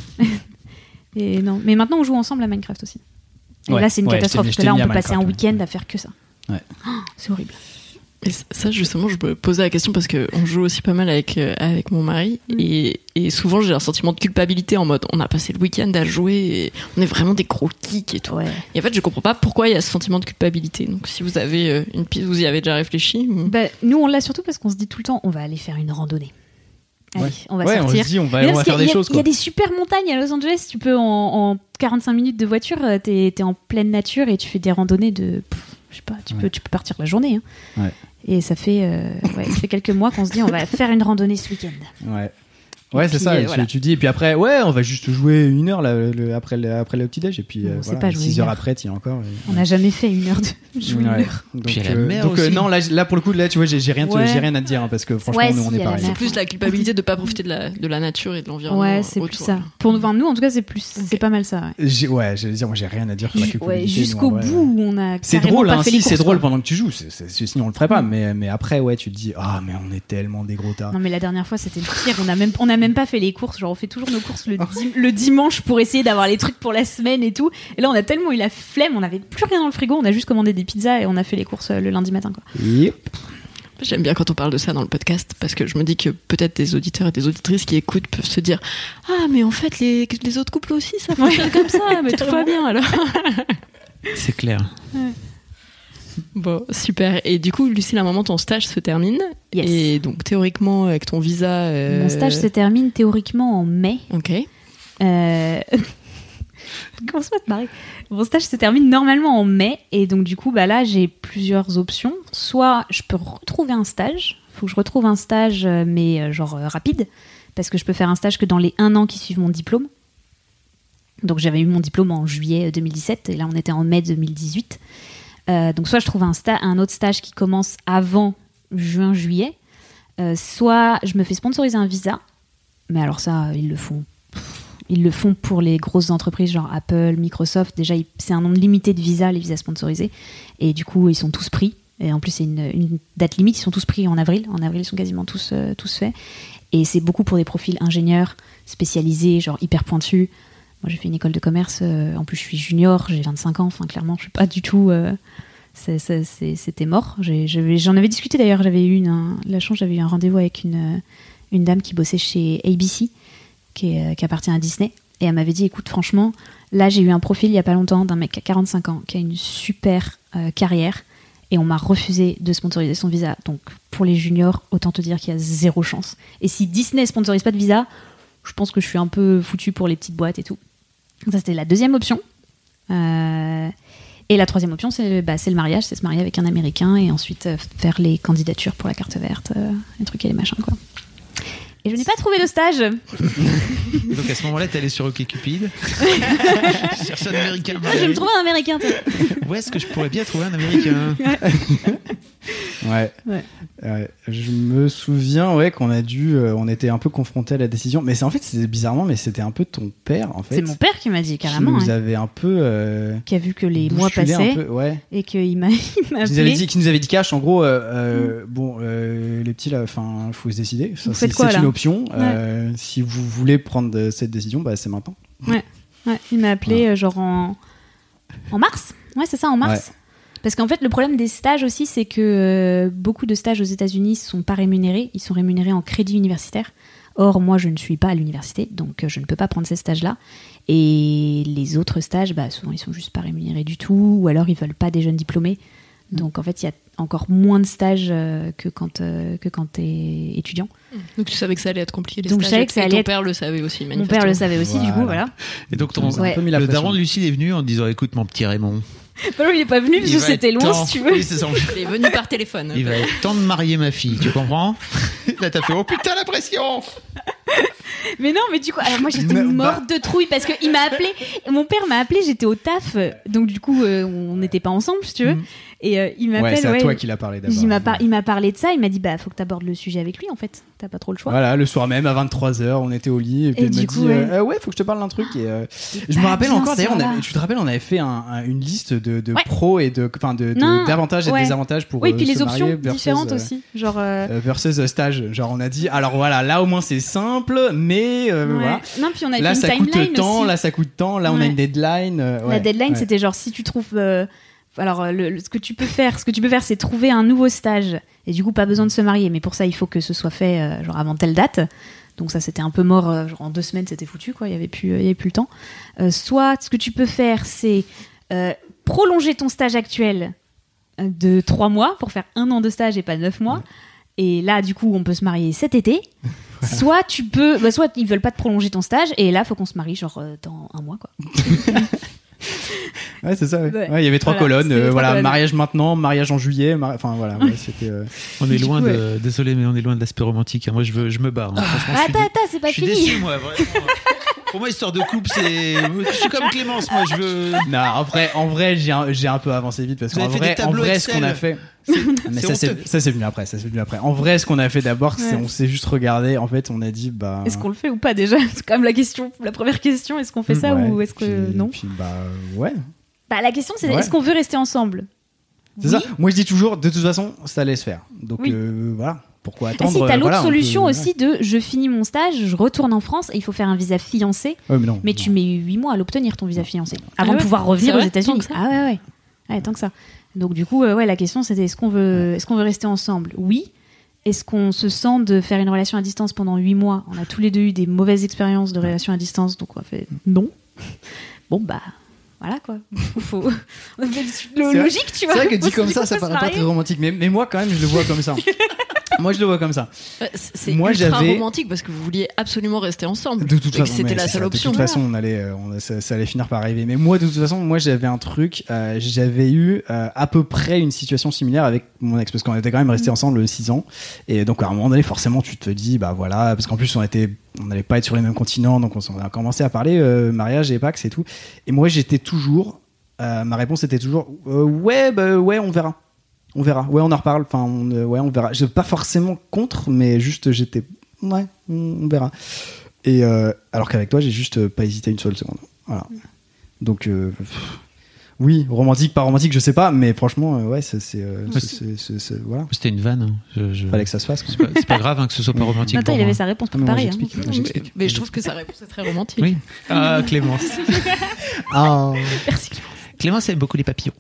Et non, mais maintenant on joue ensemble à Minecraft aussi. Et là c'est une catastrophe parce que là on peut passer un week-end à faire que ça. Ouais. C'est horrible. Et ça justement, je me posais la question parce que on joue aussi pas mal avec mon mari et souvent j'ai un sentiment de culpabilité en mode on a passé le week-end à jouer et on est vraiment des gros geeks et tout. Ouais. Et en fait je comprends pas pourquoi il y a ce sentiment de culpabilité. Donc si vous avez une piste, vous y avez déjà réfléchi nous on l'a surtout parce qu'on se dit tout le temps on va aller faire une randonnée. Allez, on va sortir. On se dit on va faire des choses. Il y a des super montagnes à Los Angeles. Tu peux en 45 minutes de voiture, t'es en pleine nature et tu fais des randonnées de. Je sais pas, tu peux partir la journée. Hein. Ouais. Et ça fait quelques mois qu'on se dit on va faire une randonnée ce week-end. Ouais. Ouais, c'est ça. Voilà. Tu dis, et puis après, on va juste jouer 1 heure après le petit-déj, et puis 6 heures après, t'y es encore. On n'a jamais fait 1 heure de jouer 1 heure. Donc non, là pour le coup, tu vois, j'ai rien à te dire, hein, parce que franchement, nous on est pareil. C'est plus la culpabilité de pas profiter de la nature et de l'environnement. Ouais, c'est plus ça. Pour nous, en tout cas, c'est pas mal ça. Ouais, j'allais dire, moi j'ai rien à dire sur la culpabilité. Jusqu'au bout, on a. C'est drôle, si c'est drôle pendant que tu joues, sinon on le ferait pas. Mais après, tu te dis, mais on est tellement des gros tas. Non, mais la dernière fois, c'était le pire. On a même pas fait les courses, genre on fait toujours nos courses le dimanche pour essayer d'avoir les trucs pour la semaine et tout, et là on a tellement eu la flemme, on n'avait plus rien dans le frigo, on a juste commandé des pizzas et on a fait les courses le lundi matin quoi. Yep. J'aime bien quand on parle de ça dans le podcast parce que je me dis que peut-être des auditeurs et des auditrices qui écoutent peuvent se dire mais en fait les autres couples aussi ça fonctionne comme ça, mais tout va bien alors. C'est clair. Ouais. Bon, super. Et du coup, Lucille, à un moment, ton stage se termine. Yes. Et donc, théoriquement, avec ton visa... Mon stage se termine théoriquement en mai. Ok. Comment ça va te marrer ? Mon stage se termine normalement en mai. Et donc, du coup, là, j'ai plusieurs options. Soit je peux retrouver un stage. Il faut que je retrouve un stage, mais rapide. Parce que je peux faire un stage que dans les 1 an qui suivent mon diplôme. Donc, j'avais eu mon diplôme en juillet 2017. Et là, on était en mai 2018. Donc soit je trouve un autre stage qui commence avant juin-juillet, soit je me fais sponsoriser un visa, mais alors ça ils le font pour les grosses entreprises genre Apple, Microsoft, déjà c'est un nombre limité de visas, les visas sponsorisés, et du coup ils sont tous pris, et en plus c'est une date limite, ils sont tous pris en avril ils sont quasiment tous faits, et c'est beaucoup pour des profils ingénieurs spécialisés, genre hyper pointus. Moi, j'ai fait une école de commerce. En plus, je suis junior, j'ai 25 ans. Enfin, clairement, je suis pas du tout. C'était mort. J'en avais discuté d'ailleurs. J'avais eu la chance. J'avais eu un rendez-vous avec une dame qui bossait chez ABC, qui appartient à Disney. Et elle m'avait dit, écoute, franchement, là, j'ai eu un profil il y a pas longtemps d'un mec qui a 45 ans, qui a une super carrière, et on m'a refusé de sponsoriser son visa. Donc, pour les juniors, autant te dire qu'il y a 0 chance. Et si Disney sponsorise pas de visa, je pense que je suis un peu foutue pour les petites boîtes et tout. Ça, c'était la deuxième option. Et la troisième option, c'est le mariage. C'est se marier avec un Américain et ensuite faire les candidatures pour la carte verte, les trucs et les machins, quoi. Et je n'ai pas trouvé de stage. Donc à ce moment-là, t'es allée sur OkCupid. Je cherche un Américain. Je vais me trouver un Américain. Où est-ce que je pourrais bien trouver un Américain? Ouais. Je me souviens qu'on a on était un peu confrontés à la décision, mais c'est bizarrement, mais c'était un peu ton père en fait. C'est mon père qui m'a dit carrément. Qui nous avait un peu. Qui a vu que les mois passaient et qu'il m'a appelé. Qui nous avait dit cash en gros. Les petits là, enfin, faut se décider. C'est une option. Si vous voulez prendre cette décision, bah c'est maintenant. Ouais. Il m'a appelé genre en mars. Ouais, c'est ça, en mars. Ouais. Parce qu'en fait, le problème des stages aussi, c'est que beaucoup de stages aux États-Unis sont pas rémunérés. Ils sont rémunérés en crédit universitaire. Or, moi, je ne suis pas à l'université, donc je ne peux pas prendre ces stages-là. Et les autres stages, souvent, ils sont juste pas rémunérés du tout, ou alors ils veulent pas des jeunes diplômés. Donc, en fait, il y a encore moins de stages que quand t'es étudiant. Donc, tu savais que ça allait être compliqué, les donc, stages. Et ton père le savait aussi, Mon père le savait aussi, du coup, voilà. Et donc, le daron de Lucille est venu en disant, écoute, mon petit Raymond... Non, il est pas venu parce que c'était loin, si tu veux. Oui, il est venu par téléphone. Il va être temps de marier ma fille, tu comprends? Là, t'as fait oh putain la pression. Mais non, mais du coup, alors moi j'étais morte de trouille parce que il m'a appelé. Mon père m'a appelé, j'étais au taf, donc du coup on n'était pas ensemble, si tu veux. Et il m'appelle. Ouais, c'est à toi qu'il a parlé d'abord. Il m'a parlé de ça, il m'a dit faut que t'abordes le sujet avec lui en fait. T'as pas trop le choix. Voilà, le soir même à 23h, on était au lit et puis il m'a dit faut que je te parle d'un truc et je me rappelle encore d'ailleurs, tu te rappelles, on avait fait une liste de pros et d'avantages et de désavantages pour puis les se options marier différentes aussi, genre versus stage. Genre on a dit alors voilà, là au moins c'est simple, mais voilà. Non, puis on a là fait ça une coûte timeline temps, aussi. là ça coûte temps, là on a une deadline. La deadline c'était genre si tu trouves alors ce que tu peux faire c'est trouver un nouveau stage et du coup pas besoin de se marier, mais pour ça il faut que ce soit fait genre avant telle date. Donc ça c'était un peu mort, genre en 2 semaines c'était foutu quoi, il y avait plus le temps. Soit ce que tu peux faire c'est prolonger ton stage actuel de 3 mois pour faire 1 an de stage et pas 9 mois. Et là du coup on peut se marier cet été. Soit tu peux, soit ils veulent pas te prolonger ton stage et là faut qu'on se marie genre dans 1 mois quoi. Ouais, c'est ça. Ouais. Il y avait 3 colonnes. Colonnes. Mariage maintenant, mariage en juillet. Enfin voilà, c'était. On est loin désolé, mais on est loin de l'aspect romantique. Moi, je me barre. Hein. Attends, c'est pas fini. Je suis déçu, moi. Vraiment. Pour moi, histoire de couple, c'est. Je suis comme Clémence, moi. Je veux. Non, en vrai, j'ai un peu avancé vite parce qu'en vrai, ce qu'on a fait. Mais ça c'est venu après. En vrai, ce qu'on a fait d'abord, c'est on s'est juste regardé. En fait, on a dit est-ce qu'on le fait ou pas déjà? C'est quand même la première question. Est-ce qu'on fait ça ou est-ce que non? Puis ouais. La question c'est est-ce qu'on veut rester ensemble? C'est ça. Moi je dis toujours de toute façon ça allait se faire. Donc voilà. Pourquoi attendre? Si t'as l'autre solution aussi de je finis mon stage, je retourne en France et il faut faire un visa fiancé. Mais tu mets 8 mois à l'obtenir ton visa fiancé avant de pouvoir revenir aux États-Unis. Ouais, tant que ça. Donc du coup, la question c'était est-ce qu'on veut rester ensemble? Oui. Est-ce qu'on se sent de faire une relation à distance pendant 8 mois? On a tous les deux eu des mauvaises expériences de relation à distance, donc on a fait non. Bon voilà quoi. On fait le logique, tu vois. C'est vrai que dit comme ça paraît pas très romantique, mais moi quand même je le vois comme ça. Moi, je le vois comme ça. C'est ultra romantique parce que vous vouliez absolument rester ensemble. De toute façon, c'était la seule option. De toute façon, ça allait finir par arriver. Mais moi, de toute façon, j'avais un truc. J'avais eu à peu près une situation similaire avec mon ex parce qu'on était quand même restés ensemble 6 ans. Et donc, à un moment donné, forcément, tu te dis, voilà, parce qu'en plus, on n'allait pas être sur les mêmes continents, donc on a commencé à parler mariage et Pax et tout. Et moi, j'étais toujours. Ma réponse était toujours, ouais, on verra. On verra. Ouais, on en reparle. Enfin, on verra. Je suis pas forcément contre, mais juste j'étais. Ouais, on verra. Et alors qu'avec toi, j'ai juste pas hésité une seule seconde. Voilà. Donc, oui, romantique, pas romantique, je sais pas, mais franchement, voilà. C'était une vanne. Fallait que ça se fasse. C'est pas grave que ce soit pas romantique. Attends, il avait sa réponse préparée. Mais je trouve que sa réponse est très romantique. Oui. Ah, Clémence. Merci Clémence. Clémence aime beaucoup les papillons.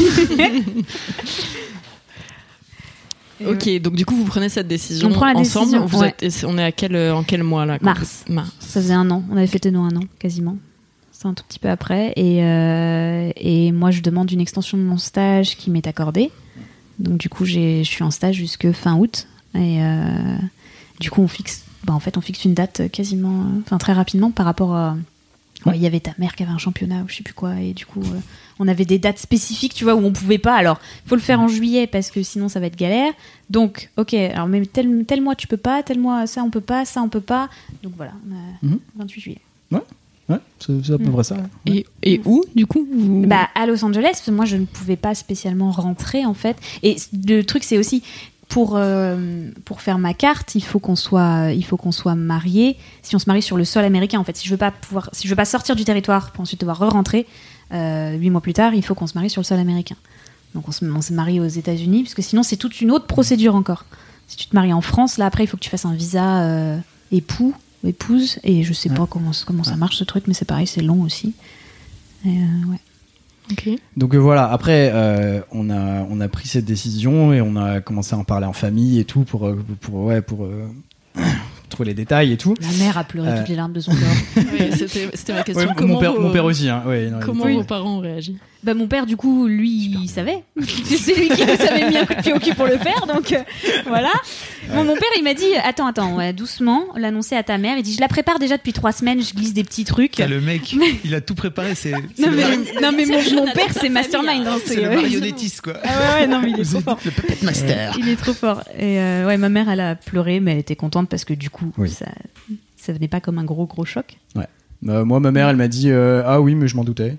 Ok, donc du coup vous prenez cette décision ensemble. On est en quel mois là? Mars. Ça faisait 1 an. On avait fêté nos 1 an quasiment. C'est un tout petit peu après. Et moi je demande une extension de mon stage qui m'est accordée. Donc du coup je suis en stage jusque fin août. Et du coup on fixe une date quasiment, très rapidement par rapport à. Il y avait ta mère qui avait un championnat ou je sais plus quoi, et du coup on avait des dates spécifiques, tu vois, où on pouvait pas. Alors il faut le faire en juillet parce que sinon ça va être galère. Donc ok, alors mais tel mois tu peux pas, tel mois ça on peut pas. Donc voilà, on a 28 juillet. Ouais. Ouais, c'est à peu près ça. Ouais. Et où, du coup à Los Angeles, parce que moi, je ne pouvais pas spécialement rentrer, en fait. Et le truc, c'est aussi, pour faire ma carte, il faut qu'on soit marié. Si on se marie sur le sol américain, en fait, si je veux pas sortir du territoire pour ensuite devoir re-rentrer, 8 mois plus tard, il faut qu'on se marie sur le sol américain. Donc on se marie aux États-Unis, parce que sinon, c'est toute une autre procédure encore. Si tu te maries en France, là, après, il faut que tu fasses un visa épouse, et je sais pas comment ça marche ce truc, mais c'est pareil, c'est long aussi. Et, ouais. Okay. Donc voilà, après on a pris cette décision et on a commencé à en parler en famille et tout pour trouver les détails et tout. Ma mère a pleuré toutes les larmes de son corps. Oui, c'était ma question. Ouais, mon père aussi. Hein. Ouais, non, comment vos parents ont réagi? Mon père, du coup, lui, il savait. C'est lui qui nous avait mis un coup de pied au cul pour le faire, donc voilà. Bon, mon père, il m'a dit attends, ouais, doucement, l'annoncer à ta mère. Il dit je la prépare déjà depuis 3 semaines, je glisse des petits trucs. Le mec, il a tout préparé. Non, mais mon père, c'est mastermind. Hein, c'est le marionnettiste, quoi. Ah ouais, non, mais il est trop fort. Le puppet master. Il est trop fort. Et ma mère, elle a pleuré, mais elle était contente parce que du coup, ça venait pas comme un gros choc. Ouais. Moi, ma mère, elle m'a dit ah oui, mais je m'en doutais.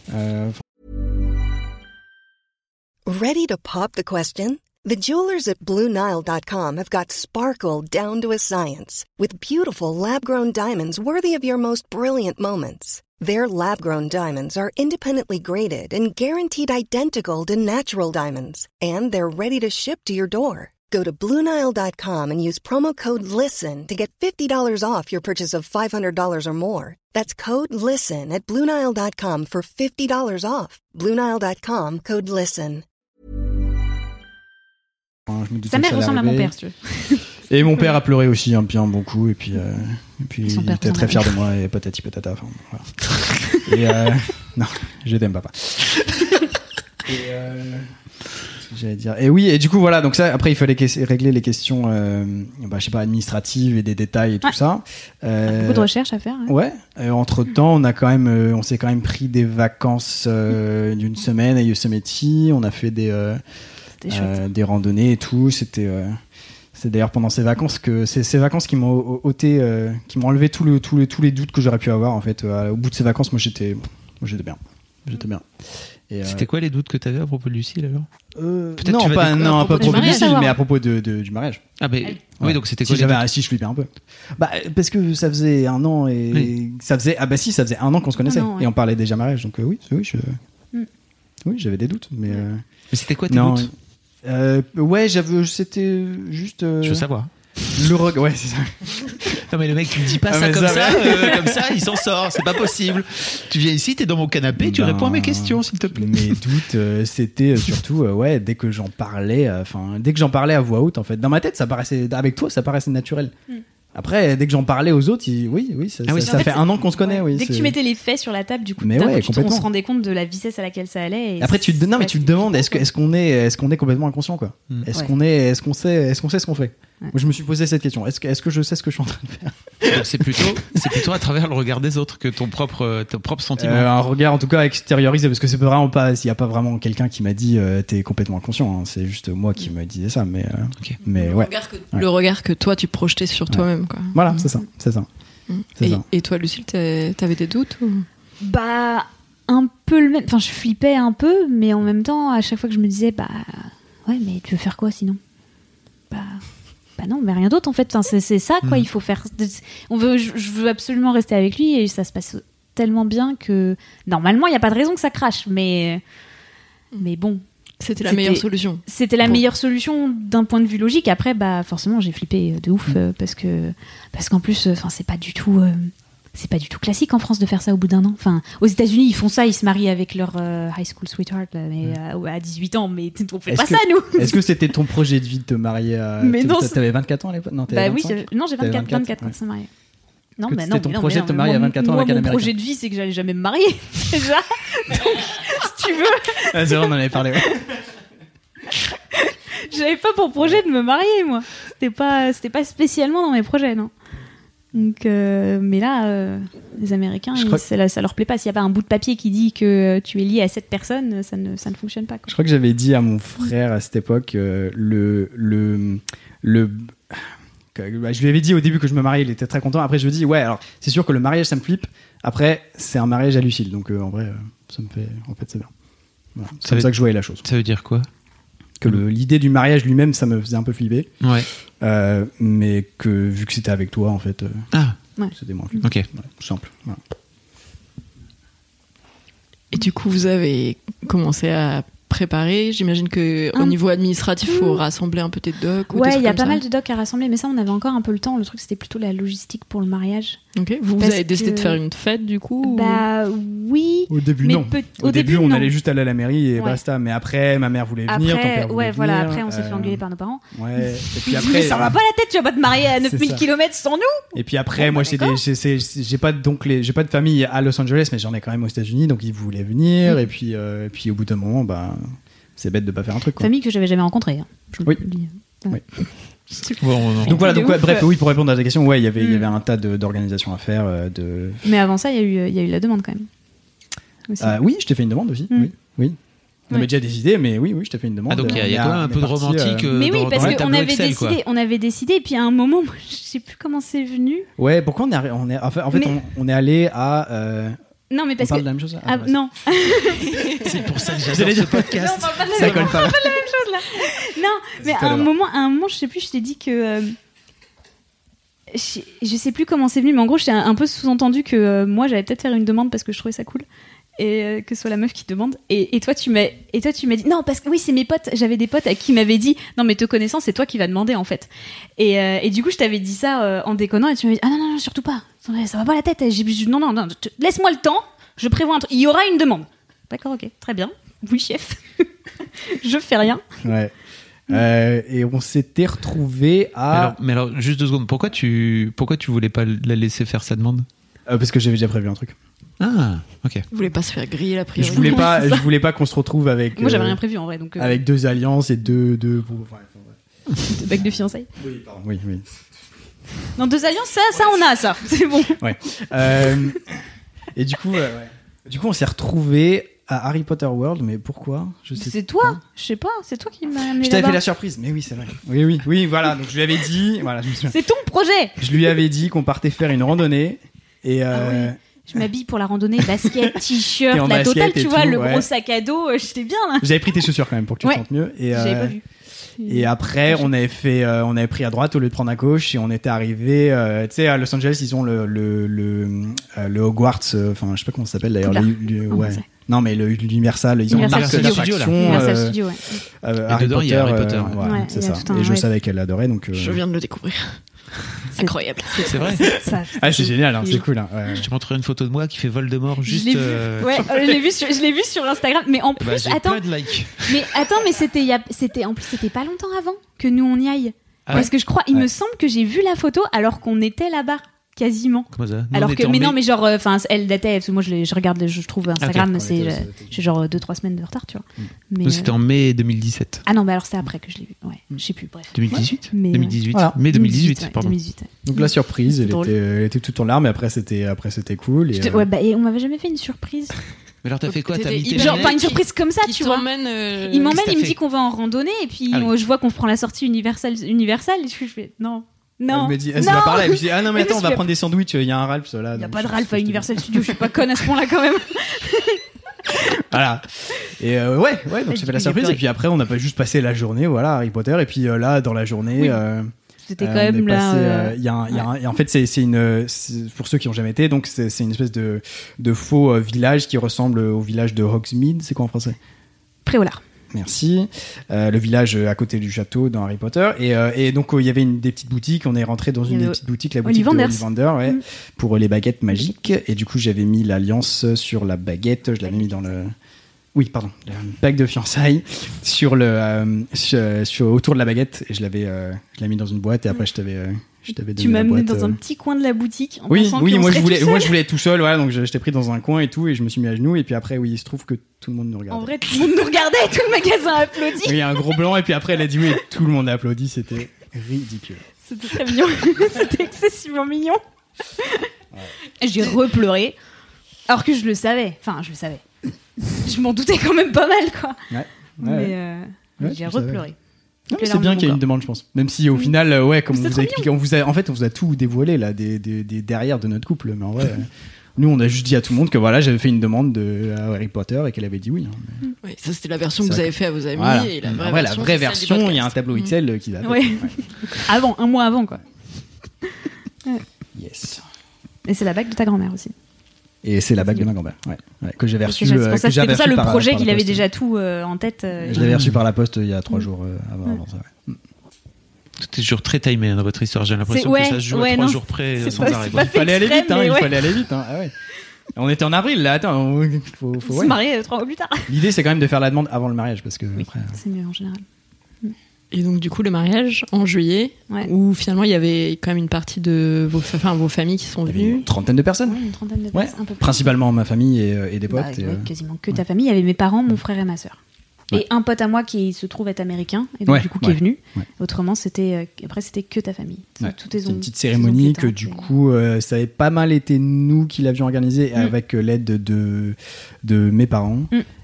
Ready to pop the question? The jewelers at BlueNile.com have got sparkle down to a science with beautiful lab-grown diamonds worthy of your most brilliant moments. Their lab-grown diamonds are independently graded and guaranteed identical to natural diamonds, and they're ready to ship to your door. Go to BlueNile.com and use promo code LISTEN to get $50 off your purchase of $500 or more. That's code LISTEN at BlueNile.com for $50 off. BlueNile.com, code LISTEN. Sa mère ressemble à mon père, si tu veux. Et mon père a pleuré aussi bien beaucoup, et puis il était très fier de moi, et patati patata. Enfin, voilà. Et non, je t'aime papa. Et j'allais dire. Et oui, et du coup voilà, donc ça après il fallait régler les questions je sais pas, administratives et des détails et tout ça. Beaucoup de recherches à faire. Ouais. Entre-temps, on s'est quand même pris des vacances d'une semaine à Yosemite, on a fait des randonnées et tout, c'est d'ailleurs pendant ces vacances que ces vacances qui m'ont enlevé tous les doutes que j'aurais pu avoir en fait. Au bout de ces vacances, moi j'étais bien. Et c'était quoi les doutes que tu avais à propos de Lucille alors? Non, pas à propos de Lucille, mais à propos du mariage. Ah bah, oui, donc c'était quoi? Si je flippais un peu. Parce que ça faisait 1 an et ça faisait 1 an qu'on se connaissait et on parlait déjà mariage, donc oui, j'avais des doutes, mais c'était quoi tes doutes? C'était juste. Je veux savoir. Le regret, ouais, c'est ça. Non mais le mec, tu me dis pas ça comme ça, comme ça, il s'en sort, c'est pas possible. Tu viens ici, t'es dans mon canapé, tu réponds à mes questions, s'il te plaît. Mes doutes, c'était surtout, dès que j'en parlais, à voix haute, en fait. Dans ma tête, avec toi, ça paraissait naturel. Après, dès que j'en parlais aux autres, ça fait 1 an qu'on se connaît. Oui, dès que tu mettais les faits sur la table, du coup, on se rendait compte de la vitesse à laquelle ça allait. Et après, tu te demandes, est-ce qu'on est complètement inconscient, quoi? Est-ce qu'on sait ce qu'on fait? Moi, je me suis posé cette question. Est-ce que je sais ce que je suis en train de faire? Donc c'est plutôt à travers le regard des autres que ton propre sentiment. Un regard en tout cas extériorisé, parce que c'est vraiment pas, s'il y a pas vraiment quelqu'un qui m'a dit t'es complètement inconscient, hein, c'est juste moi qui me disais ça, mais le regard que toi tu projetais sur toi-même, quoi. Voilà, c'est ça. Et toi, Lucille, t'avais des doutes ou... Un peu le même. Enfin, je flippais un peu, mais en même temps, à chaque fois que je me disais ouais, mais tu veux faire quoi sinon? Non, mais rien d'autre en fait. Enfin, c'est ça quoi. Il faut faire. Je veux absolument rester avec lui et ça se passe tellement bien que normalement il n'y a pas de raison que ça crache. Mais bon. C'était la meilleure solution. C'était la meilleure solution d'un point de vue logique. Après, forcément, j'ai flippé de ouf parce qu'en plus, c'est pas du tout. C'est pas du tout classique en France de faire ça au bout d'1 an. Enfin, aux États-Unis, ils font ça, ils se marient avec leur high school sweetheart mais à 18 ans, mais on fait pas ça nous. Est-ce que c'était ton projet de vie de te marier Mais non, t'avais 24 ans à l'époque? Non, t'avais 25? Oui, j'ai 24 quand on s'est marié. Non, mais non, c'était ton projet de te marier à 24 ans avec un Américain. Mon projet de vie, c'est que j'allais jamais me marier déjà. Donc, si tu veux. C'est vrai, on en avait parlé. Ouais. J'avais pas pour projet de me marier, moi. C'était pas spécialement dans mes projets, non. Donc, mais là, les Américains, ça leur plaît pas. S'il n'y a pas un bout de papier qui dit que tu es lié à cette personne, ça ne fonctionne pas, quoi. Je crois que j'avais dit à mon frère à cette époque, je lui avais dit au début que je me mariais, il était très content. Après, je lui ai dit, ouais, alors c'est sûr que le mariage, ça me flippe. Après, c'est un mariage à Lucille. Donc, en vrai, ça me fait. En fait, c'est bien. Voilà. C'est comme ça que je voyais la chose. Ça veut dire quoi ? Que l'idée du mariage lui-même, ça me faisait un peu flipper. Ouais. Mais que vu que c'était avec toi, en fait, c'était moins flippant. Ok. Ouais, simple. Voilà. Et du coup, vous avez commencé à préparer. J'imagine qu'au niveau administratif, il faut rassembler un peu tes docs. Ouais, il y a pas mal de docs à rassembler, mais ça, on avait encore un peu le temps. Le truc, c'était plutôt la logistique pour le mariage. Ok. Vous avez décidé de faire une fête, du coup Bah oui. Au début, non. Au début, on allait juste aller à la mairie et basta. Mais après, ma mère voulait venir, ton père voulait venir. Voilà, après, on s'est fait engueuler par nos parents. Ouais. Et puis après. Ça va pas la tête, tu vas pas te marier à 9000 km sans nous. Et puis après, moi, j'ai pas de famille à Los Angeles, mais j'en ai quand même aux États-Unis, donc ils voulaient venir. Et puis au bout d'un moment, c'est bête de pas faire un truc, quoi. Famille que j'avais jamais rencontrée. Oui. Donc voilà, bref, oui, pour répondre à ta question, il y avait un tas d'organisations à faire. Mais avant ça, il y a eu la demande quand même. Oui, je t'ai fait une demande aussi. Oui. On avait déjà des idées, mais oui, je t'ai fait une demande. Ah, donc il y a quand même un peu de romantique. Mais oui, parce qu'on avait décidé, et puis à un moment, moi, je sais plus comment c'est venu. Ouais, pourquoi on est allé à. Non, mais parce on parle que. de la même chose. Non. C'est pour ça que j'adore ce podcast. Non, ça colle pas. On parle pas de la même chose là. Non, mais à un moment, je sais plus, je t'ai dit que. Je sais plus comment c'est venu, mais en gros, j'étais un peu sous-entendu que moi, j'allais peut-être faire une demande parce que je trouvais ça cool. Et que ce soit la meuf qui demande. Et toi, tu m'as dit non, parce que oui, c'est mes potes. J'avais des potes à qui m'avaient dit non, mais te connaissant, c'est toi qui vas demander en fait. Et du coup, je t'avais dit ça en déconnant et tu m'avais dit ah non, surtout pas. Ça va pas la tête. J'ai dit non, laisse-moi le temps. Je prévois un truc. Il y aura une demande. D'accord, ok, très bien. Oui, chef. Je fais rien. Ouais. Et on s'était retrouvés à. Mais alors, juste 2 secondes. Pourquoi tu voulais pas la laisser faire sa demande ? Parce que j'avais déjà prévu un truc. Ah, ok. Vous voulez pas se faire griller la priorité. Je voulais pas qu'on se retrouve avec. Moi, j'avais rien prévu en vrai, donc. Avec 2 alliances et deux bacs de fiançailles. Oui, pardon. Oui. Non, 2 alliances, ça on a ça. C'est bon. Ouais. Et du coup, on s'est retrouvés à Harry Potter World, mais pourquoi ? C'est toi, je sais pas, c'est toi qui m'as amené. Je t'avais fait la surprise, mais oui, c'est vrai. Oui, voilà. Donc je lui avais dit, je me souviens. C'est ton projet. Je lui avais dit qu'on partait faire une randonnée et. Je m'habille pour la randonnée, basket, t-shirt, la totale, tu vois, le gros sac à dos, j'étais bien là. J'avais pris tes chaussures quand même pour que tu te sentes mieux. Et j'avais pas vu. Et après, on avait pris à droite au lieu de prendre à gauche et on était arrivé. Tu sais, à Los Angeles, ils ont le Hogwarts. Enfin, je sais pas comment ça s'appelle d'ailleurs. Non, mais l'Universal. Ils ont un parc d'attractions. Universal Studio, ouais. Harry dedans, il y a Harry Potter. Ouais, c'est ça. Et je savais qu'elle adorait, donc. Je viens de le découvrir. C'est incroyable. C'est vrai. C'est génial, c'est cool. Je te montrerai une photo de moi qui fait Voldemort juste. Je l'ai vu sur Instagram, mais en plus, attends. Plein de likes. Mais attends, mais c'était pas longtemps avant que nous on y aille. Parce que je crois, il me semble que j'ai vu la photo alors qu'on était là-bas. Quasiment. Comment ça ? Alors que, mais non, mais genre, elle datait, parce que moi je regarde, je trouve Instagram, j'ai genre 2-3 semaines de retard, tu vois. Mais c'était en mai 2017. Ah non, mais alors c'est après que je l'ai vu, ouais, je sais plus, bref. 2018 mais 2018 voilà. Mai 2018, pardon. 2018. Donc la surprise, elle était toute en larmes, mais après c'était cool. Et et on m'avait jamais fait une surprise. Mais alors t'as fait quoi ? Genre pas une surprise comme ça, tu vois. Il m'emmène, il me dit qu'on va en randonnée, et puis je vois qu'on prend la sortie Universal, et je fais non. Non. Elle me dit, elle va parler. Je dis, ah non, mais attends, on va prendre des sandwichs. Il y a un Ralph là. Il n'y a pas de Ralph à Universal Studios. Je suis pas conne à ce point-là quand même. Voilà. Et donc j'ai fait la surprise. Et puis après, on n'a pas juste passé la journée, voilà, Harry Potter. Et puis là, dans la journée, c'était quand même là. En fait, pour ceux qui n'ont jamais été, donc c'est une espèce de faux village qui ressemble au village de Hogsmeade. C'est quoi en français ? Préolard. Merci. Le village à côté du château dans Harry Potter. Et donc, il y avait des petites boutiques. On est rentré dans une des petites boutiques, la boutique d'Ollivander, pour les baguettes magiques. Et du coup, j'avais mis l'alliance sur la baguette. Je l'avais mis dans le... Oui, pardon. Le bague de fiançailles sur autour de la baguette. Et je l'ai mis dans une boîte. Et après, je t'avais donné tu m'as amené dans un petit coin de la boutique. Oui, moi je voulais être tout seul, voilà, donc je t'ai pris dans un coin et tout, et je me suis mis à genoux, et puis après, il se trouve que tout le monde nous regardait. En vrai, tout le monde nous regardait, tout le magasin a applaudi. Oui, un gros blanc, et puis après, elle a dit oui, tout le monde a applaudi, c'était ridicule. C'était très mignon, c'était excessivement mignon. Ouais. J'ai repleuré, alors que je le savais, je m'en doutais quand même pas mal, quoi. Ouais. Mais j'ai repleuré. C'est bien qu'il y ait une demande, je pense. Même si au final, comme on vous a expliqué, on vous a tout dévoilé là, des derrière de notre couple. Mais en vrai, nous, on a juste dit à tout le monde que voilà, j'avais fait une demande à Harry Potter et qu'elle avait dit oui. Hein, mais... Oui, ça c'était la version que vous avez fait à vos amis. Voilà. Et la vraie version, il y a un tableau Excel qu'ils avaient. Ouais. Un mois avant, quoi. Yes. Et c'est la bague de ta grand-mère aussi. Et c'est la bague de ma grand-mère, que j'avais reçue. C'est pour ça le projet qu'il avait déjà tout en tête. Je l'avais reçu par la poste il y a 3 jours avant ça. Tout est toujours très timé dans votre histoire. J'ai l'impression que ça se joue à 3 jours près sans arrêt. Il fallait aller vite. Il fallait aller vite. Ah ouais. On était en avril là. Attends, faut se marier 3 mois plus tard. L'idée c'est quand même de faire la demande avant le mariage parce que après. C'est mieux en général. Et donc du coup le mariage en juillet, où finalement il y avait quand même une partie de vos familles qui sont venues. Une trentaine de personnes. Une trentaine de personnes. Un peu plus. Principalement ma famille et des potes. Quasiment que ta famille. Il y avait mes parents, mon frère et ma sœur. Et un pote à moi qui se trouve être américain et donc du coup qui est venu. Autrement c'était que ta famille. C'était une petite cérémonie que du coup ça avait pas mal été nous qui l'avions organisée avec l'aide de mes parents.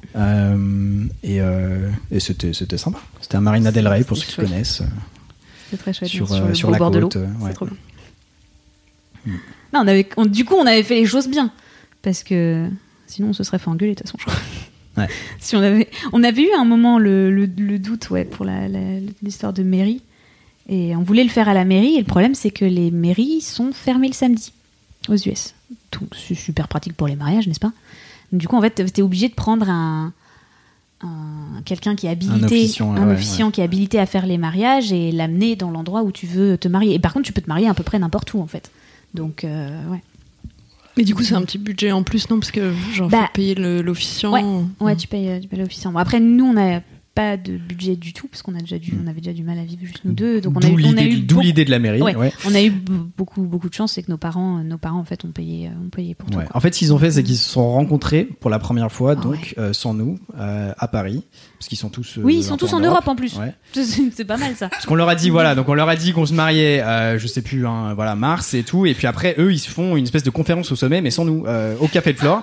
Et c'était sympa. C'était à Marina del Rey pour ceux qui connaissent. C'était très chouette. Sur la bord côte. De l'eau. C'est trop bien. Non, du coup on avait fait les choses bien parce que sinon on se serait fait engueuler de toute façon je crois. Si on avait eu un moment le doute pour l'histoire de mairie et on voulait le faire à la mairie et le problème c'est que les mairies sont fermées le samedi aux US, donc c'est super pratique pour les mariages, n'est-ce pas? Donc, du coup en fait t'es obligé de prendre quelqu'un qui est habilité, un officiant qui est habilité à faire les mariages et l'amener dans l'endroit où tu veux te marier. Et par contre tu peux te marier à peu près n'importe où en fait, donc Mais du coup, c'est un petit budget en plus, non? Parce que faut payer l'officiant. Ouais, tu payes l'officiant. Bon, après, nous, on n'a pas de budget du tout, parce qu'on avait déjà du mal à vivre juste nous deux. Donc d'où l'idée de la mairie. On a eu beaucoup de chance, c'est que nos parents en fait, ont payé pour tout. En fait, ce qu'ils ont fait, c'est qu'ils se sont rencontrés pour la première fois, sans nous, à Paris. Parce qu'ils sont tous. Oui, ils sont tous en Europe en plus. Ouais. C'est pas mal ça. Parce qu'on leur a dit, donc on leur a dit qu'on se mariait, je sais plus, mars et tout. Et puis après, eux, ils se font une espèce de conférence au sommet, mais sans nous, au Café de Flore.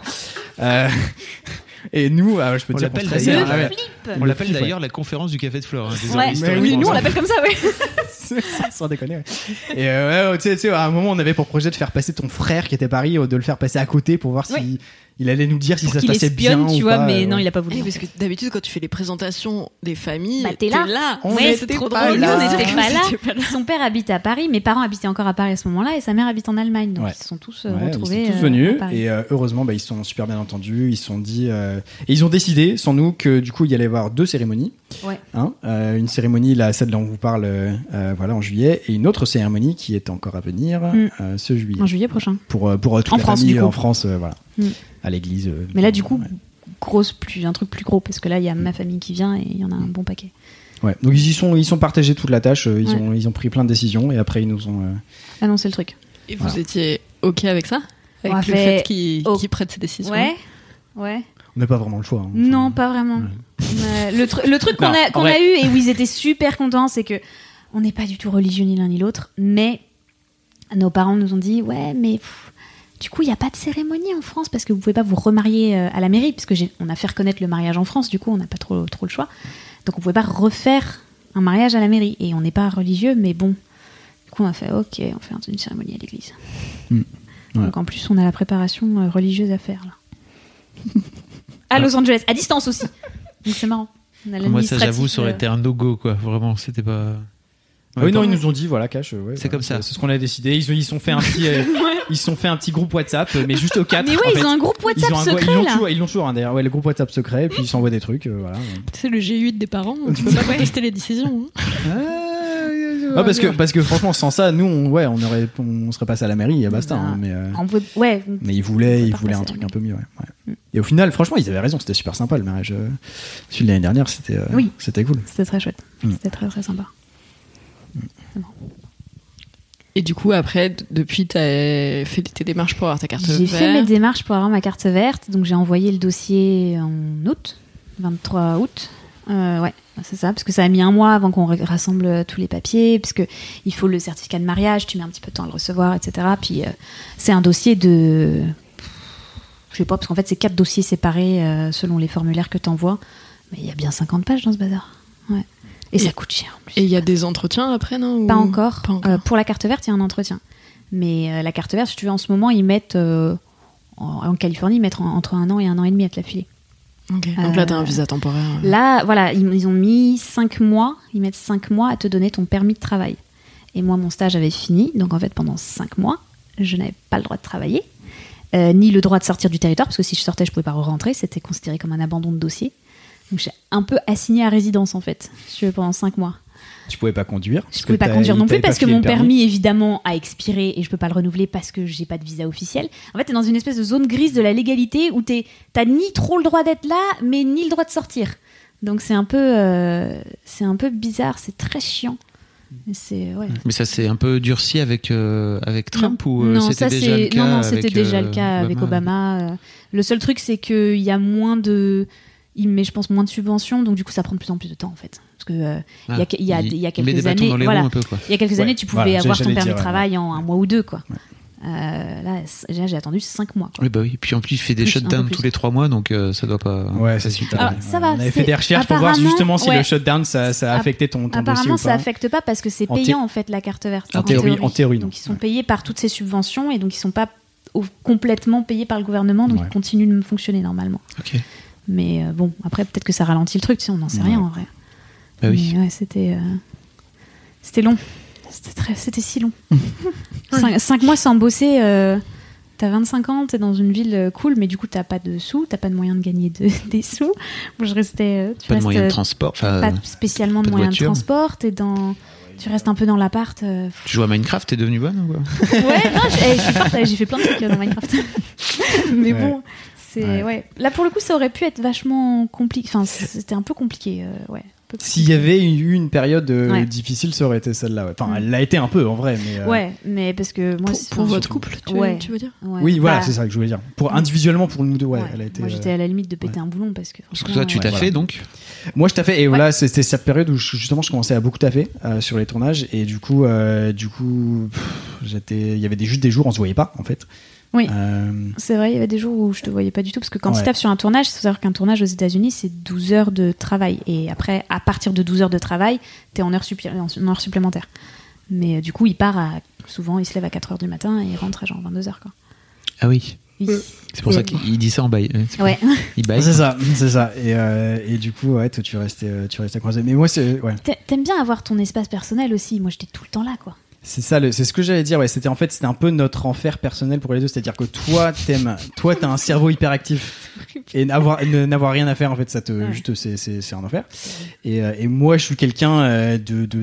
Et nous, je peux te dire qu'on l'appelle on l'appelle d'ailleurs la conférence du Café de Flore. Nous on l'appelle comme ça, sans déconner. Et tu sais, à un moment, on avait pour projet de faire passer ton frère qui était à Paris, de le faire passer à côté pour voir si il allait nous dire si ça se passait bien ou pas. Mais non, il a pas voulu. Parce que d'habitude, quand tu fais les présentations des familles, t'es là. C'est trop drôle. Nous, on n'était pas là. Son père habite à Paris, mes parents habitaient encore à Paris à ce moment-là, et sa mère habite en Allemagne. Donc ils se sont tous retrouvés. Ils sont tous venus, et heureusement, ils se sont super bien entendus. Ils se sont dit, et ils ont décidé, sans nous, que du coup, il y allait y avoir 2 cérémonies. Une cérémonie, celle dont on vous parle, en juillet, et une autre cérémonie qui est encore à venir ce juillet. En juillet prochain. Pour toute la famille en France, à l'église. Mais là, du coup, un truc plus gros, parce que là, il y a ma famille qui vient et il y en a un bon paquet. Ouais, donc ils sont partagés toute la tâche, ils ont pris plein de décisions et après ils nous ont annoncé le truc. Et vous étiez OK avec ça? Avec le fait qu'ils prennent ces décisions? Ouais. On n'a pas vraiment le choix. Hein. Non, pas vraiment. Le truc qu'on a eu et où ils étaient super contents, c'est que on n'est pas du tout religieux ni l'un ni l'autre, mais nos parents nous ont dit mais du coup il n'y a pas de cérémonie en France parce que vous pouvez pas vous remarier à la mairie, puisque on a fait reconnaître le mariage en France, du coup on n'a pas trop le choix, donc on pouvait pas refaire un mariage à la mairie et on n'est pas religieux, mais bon, du coup on a fait OK, on fait une cérémonie à l'église. Donc en plus on a la préparation religieuse à faire là. À Los Angeles, à distance aussi, donc c'est marrant. Moi ça j'avoue ça aurait été un no-go quoi, vraiment c'était pas... ils nous ont dit cash. C'est comme ça. C'est ce qu'on a décidé. Ils sont fait un petit, ils sont fait un petit groupe WhatsApp, mais juste aux 4. Mais ils ont un groupe WhatsApp secret là. Ils l'ont toujours d'ailleurs. Le groupe WhatsApp secret, et puis ils s'envoient des trucs, voilà. C'est le G8 des parents. Tu peux pas contester les décisions. Parce que franchement, sans ça, nous, on serait passé à la mairie, et basta. Mais ils voulaient un truc un peu mieux. Et au final, franchement, ils avaient raison. C'était super sympa le mariage. Celui de l'année dernière, c'était cool. C'était très chouette. C'était très très sympa. Et du coup, après, depuis, tu as fait tes démarches pour avoir ta carte verte? J'ai fait mes démarches pour avoir ma carte verte. Donc, j'ai envoyé le dossier en août, 23 août. C'est ça, parce que ça a mis un mois avant qu'on rassemble tous les papiers, parce qu'il faut le certificat de mariage, tu mets un petit peu de temps à le recevoir, etc. Puis, c'est un dossier de... Je sais pas, parce qu'en fait, c'est 4 dossiers séparés selon les formulaires que tu envoies. Mais il y a bien 50 pages dans ce bazar. Ouais. Et ça coûte cher en plus. Et il y a des entretiens après, non? Pas encore. Pour la carte verte, il y a un entretien. Mais la carte verte, si tu veux, en ce moment, ils mettent en Californie, ils mettent entre 1 an et 1 an et demi à te la filer. Okay. Donc là, t'as un visa temporaire. Là, voilà, ils ont mis 5 mois. Ils mettent 5 mois à te donner ton permis de travail. Et moi, mon stage avait fini. Donc en fait, pendant 5 mois, je n'avais pas le droit de travailler, ni le droit de sortir du territoire, parce que si je sortais, je pouvais pas rentrer. C'était considéré comme un abandon de dossier. Donc j'ai un peu assigné à résidence en fait, si tu veux, pendant 5 mois. Tu pouvais pas conduire? Je pouvais pas conduire non plus parce que mon permis évidemment a expiré et je peux pas le renouveler parce que j'ai pas de visa officiel. En fait, t'es dans une espèce de zone grise de la légalité où t'as ni trop le droit d'être là, mais ni le droit de sortir. Donc c'est un peu bizarre, c'est très chiant. Mais ça s'est un peu durci avec Trump ou c'était déjà le cas? Non, c'était déjà le cas avec Obama. Le seul truc, c'est qu'il y a il met, je pense, moins de subventions, donc du coup, ça prend de plus en plus de temps, en fait. Parce que il y a quelques années, il y a quelques années, tu pouvais avoir ton permis de travail en 1 mois ou 2, quoi. Ouais. Là, j'ai attendu 5 mois. Quoi. Oui, bah oui. Puis en plus, il fait des shutdowns tous les 3 mois, donc ça doit pas. Ouais, c'est super. Alors, ça va. On avait fait des recherches pour voir justement si le shutdown ça affectait ton dossier ou pas. Apparemment, ça affecte pas parce que c'est payant en fait la carte verte. En théorie. Donc ils sont payés par toutes ces subventions et donc ils sont pas complètement payés par le gouvernement, donc ils continuent de fonctionner normalement. Ok. Mais bon, après peut-être que ça ralentit le truc, on n'en sait rien en vrai. Bah oui. Mais, c'était long. C'était si long. 5 mois sans bosser, t'as 25 ans, t'es dans une ville cool, mais du coup t'as pas de sous, t'as pas de moyens de gagner des sous. Moi je restais. Pas de moyens de transport. Pas spécialement de moyens de transport, tu restes un peu dans l'appart. Tu joues à Minecraft, t'es devenue bonne ou quoi? Ouais, non, je suis forte, j'ai fait plein de trucs dans Minecraft. Mais bon, là pour le coup ça aurait pu être vachement compliqué. Enfin, c'était un peu compliqué, S'il y avait eu une période difficile, ça aurait été celle-là. Ouais. Enfin, elle l'a été un peu en vrai, mais. Ouais, mais parce que moi. Pour votre couple, tu veux dire? Ouais. Oui, voilà, c'est ça que je voulais dire. Individuellement, pour nous deux, elle a été. Moi, j'étais à la limite de péter un boulon parce que. Parce que toi, tu t'as fait donc? Moi, je taffais et voilà, c'était cette période où justement, je commençais à beaucoup taffer sur les tournages et du coup, il y avait juste des jours, on se voyait pas en fait. Oui, c'est vrai, il y avait des jours où je te voyais pas du tout parce que quand tu taffes sur un tournage, il faut savoir qu'un tournage aux États-Unis c'est 12 heures de travail et après, à partir de 12 heures de travail, t'es en heure supplémentaire. Mais du coup, souvent, il se lève à 4 heures du matin et il rentre à genre 22 heures quoi. Ah oui. C'est pour ça qu'il dit ça en bail. Ouais. Il baille. C'est ça. Et du coup, toi, tu restais croisé. Mais moi, T'aimes bien avoir ton espace personnel aussi. Moi, j'étais tout le temps là, quoi. C'est ça, c'est ce que j'allais dire. Ouais, c'était un peu notre enfer personnel pour les deux. C'est-à-dire que toi, t'as un cerveau hyperactif et n'avoir rien à faire, en fait, juste, c'est un enfer. Et moi, je suis quelqu'un de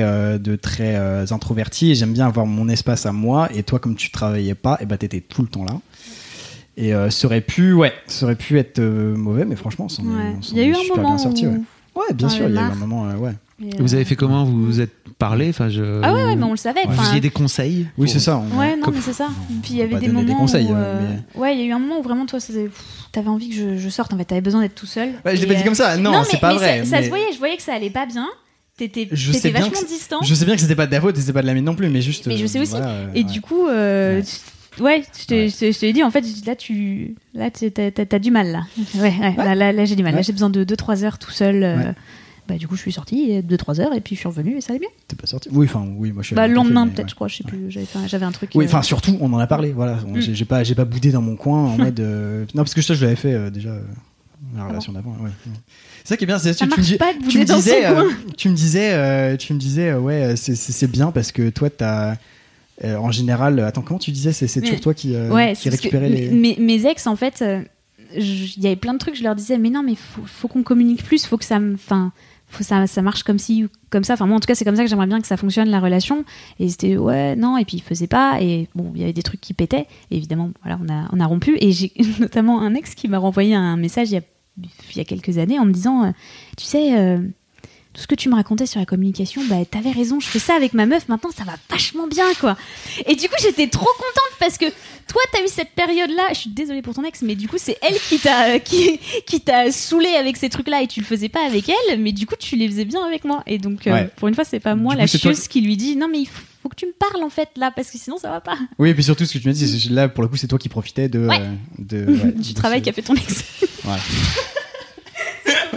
très introverti et j'aime bien avoir mon espace à moi. Et toi, comme tu travaillais pas, et t'étais tout le temps là. Et ça aurait pu être mauvais, mais franchement, il y a eu un moment bien sorti. Ouais, bien sûr, il y a eu un moment. Vous avez fait comment? Vous vous êtes parlé? Ah ouais, mais on le savait. Vous aviez des conseils? Oui, c'est ça. Ouais, non, mais c'est ça. Puis il y avait des moments conseils, ouais, il y a eu un moment où vraiment toi, t'avais envie que je sorte. En fait, t'avais besoin d'être tout seul. Ouais, je l'ai pas dit comme ça. Non, c'est pas vrai. Ça se voyait. Je voyais que ça allait pas bien. T'étais vachement distant. Je sais bien que c'était pas de ta faute et c'était pas de la mienne non plus, mais juste. Mais je sais aussi. Et du coup. Ouais, je te l'ai dit, en fait, là, t'as du mal, là. Là, j'ai du mal. Là, j'ai besoin de 2-3 heures tout seul. Du coup, je suis sortie 2-3 heures et puis je suis revenue et ça allait bien. T'es pas sortie? Oui, moi, je suis. Le lendemain, peut-être, je crois, je sais plus. J'avais un truc. Oui, surtout, on en a parlé, voilà. J'ai pas boudé dans mon coin en mode. Non, parce que ça, je l'avais fait déjà. La relation d'avant, ouais. C'est ça qui est bien, c'est ça marche pas de bouder dans son coin. Tu me disais, ouais, c'est bien parce que toi, t'as. En général, attends, comment tu disais? C'est toujours toi qui récupérais les. Mes ex, en fait, il y avait plein de trucs, je leur disais, mais non, mais faut qu'on communique plus, faut que ça marche comme ci ou comme ça. Enfin, moi, en tout cas, c'est comme ça que j'aimerais bien que ça fonctionne, la relation. Et c'était, ouais, non, et puis ils faisaient pas. Et bon, il y avait des trucs qui pétaient. Et évidemment, voilà, on a rompu. Et j'ai notamment un ex qui m'a renvoyé un message il y a quelques années en me disant, tu sais. Tout ce que tu me racontais sur la communication, t'avais raison, je fais ça avec ma meuf, maintenant ça va vachement bien, quoi. Et du coup, j'étais trop contente parce que toi, t'as eu cette période-là, je suis désolée pour ton ex, mais du coup, c'est elle qui t'a saoulé avec ces trucs-là et tu le faisais pas avec elle, mais du coup, tu les faisais bien avec moi. Et donc, pour une fois, c'est pas moi la chieuse qui lui dit non, mais il faut que tu me parles en fait là, parce que sinon ça va pas. Oui, et puis surtout, ce que tu m'as dit, c'est là, pour le coup, c'est toi qui profitais du travail qu'a fait ton ex. Ouais.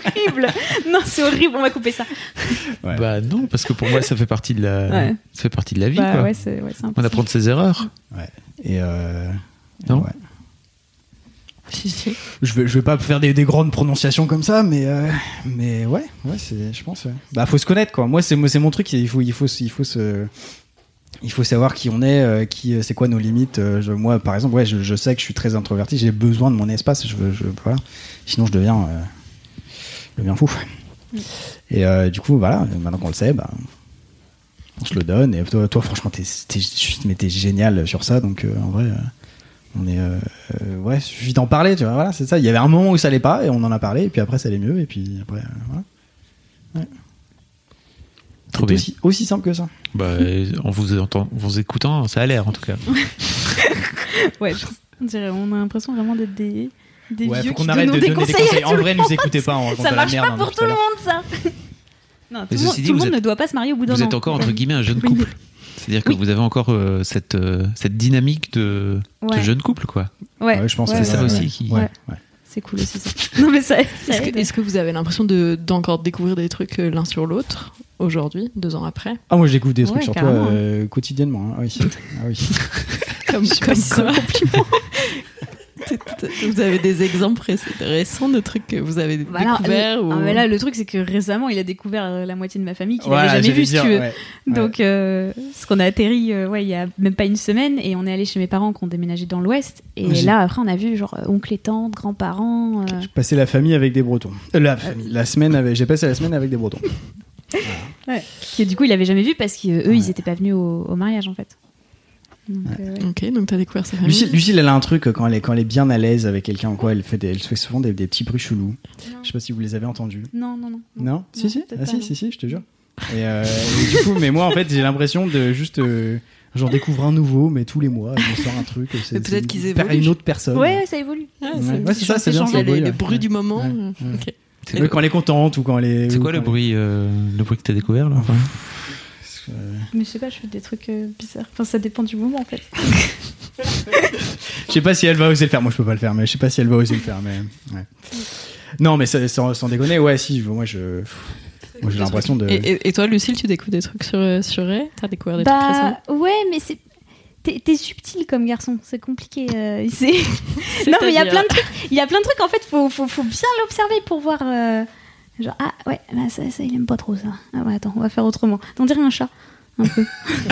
horrible. Non, c'est horrible. On va couper ça. Ouais. Bah non, parce que pour moi, ça fait partie de la, ça fait partie de la vie. Quoi. Ouais, c'est on apprend de ses erreurs. Ouais. Et non. Ouais. Si. Je vais pas faire des grandes prononciations comme ça, mais ouais, c'est, je pense. Bah, faut se connaître, quoi. Moi, c'est mon truc. Il faut savoir qui on est, c'est quoi nos limites. Moi, par exemple, je sais que je suis très introverti. J'ai besoin de mon espace. Voilà. Sinon, je deviens fou. Et du coup, voilà. Maintenant qu'on le sait, on se le donne. Et toi, franchement, t'es génial sur ça. Donc, en vrai. On est suffit d'en parler, tu vois, voilà, c'est ça. Il y avait un moment où ça allait pas et on en a parlé et puis après ça allait mieux et puis après voilà. Ouais. Trop bien. Aussi simple que ça. Bah, en vous écoutant, ça a l'air en tout cas. Ouais, on a l'impression vraiment d'être des vieux faut qu'on qui arrête donnent de des donner des conseils. En vrai, nous écoutez pas. Ça marche pas pour tout le monde, ça. Non, tout le monde ne doit pas se marier au bout d'un an. Vous êtes encore entre guillemets un jeune couple. C'est-à-dire que vous avez encore cette dynamique de jeune couple, quoi. Ouais, je pense que c'est ça aussi qui. Ouais. C'est cool aussi ça. Non mais ça. Est-ce que vous avez l'impression d'encore découvrir des trucs l'un sur l'autre aujourd'hui, 2 ans après? Ah, moi je découvre des trucs sur toi quotidiennement. Ah oui. Comme quoi. Vous avez des exemples récents de trucs que vous avez découverts mais là, le truc, c'est que récemment, il a découvert la moitié de ma famille qu'il n'avait jamais vue, si tu veux. Ouais. Donc, parce qu'on a atterri il y a même pas une semaine et on est allé chez mes parents qui ont déménagé dans l'Ouest. Et là, après, on a vu genre oncle et tante, grands-parents. J'ai passé la famille avec des Bretons. J'ai passé la semaine avec des Bretons. Ouais. Et du coup, il avait jamais vu parce qu'eux, ils étaient pas venus au mariage, en fait. Donc, Ok, donc t'as découvert sa famille. Lucille, elle a un truc quand elle est bien à l'aise avec quelqu'un, quoi. Elle fait souvent des petits bruits chelous. Je sais pas si vous les avez entendus. Non. Si, je te jure. Et du coup, mais moi, en fait, j'ai l'impression de juste j'en découvre un nouveau, mais tous les mois, je me sors un truc. Peut-être qu'ils évoluent. Une autre personne. Ouais, ça évolue. C'est ça, c'est bien. Les bruits du moment. Ok. Quand elle est contente ou quand elle est. C'est quoi le bruit que t'as découvert là? Mais je sais pas, je fais des trucs bizarres. Enfin, ça dépend du moment en fait. Je sais pas si elle va oser le faire. Moi, je peux pas le faire, mais je sais pas si elle va oser le faire. Mais ouais. Non, mais sans déconner, si. Moi, j'ai l'impression de. Et toi, Lucille, tu découvres des trucs sur Ray? T'as découvert des trucs récemment? Ouais, mais c'est. T'es subtil comme garçon, c'est compliqué. Non, mais il y a plein de trucs. Il y a plein de trucs. En fait, faut bien l'observer pour voir. Genre, ça, il aime pas trop ça. Ah ouais, attends, on va faire autrement. On dirait un chat, un peu.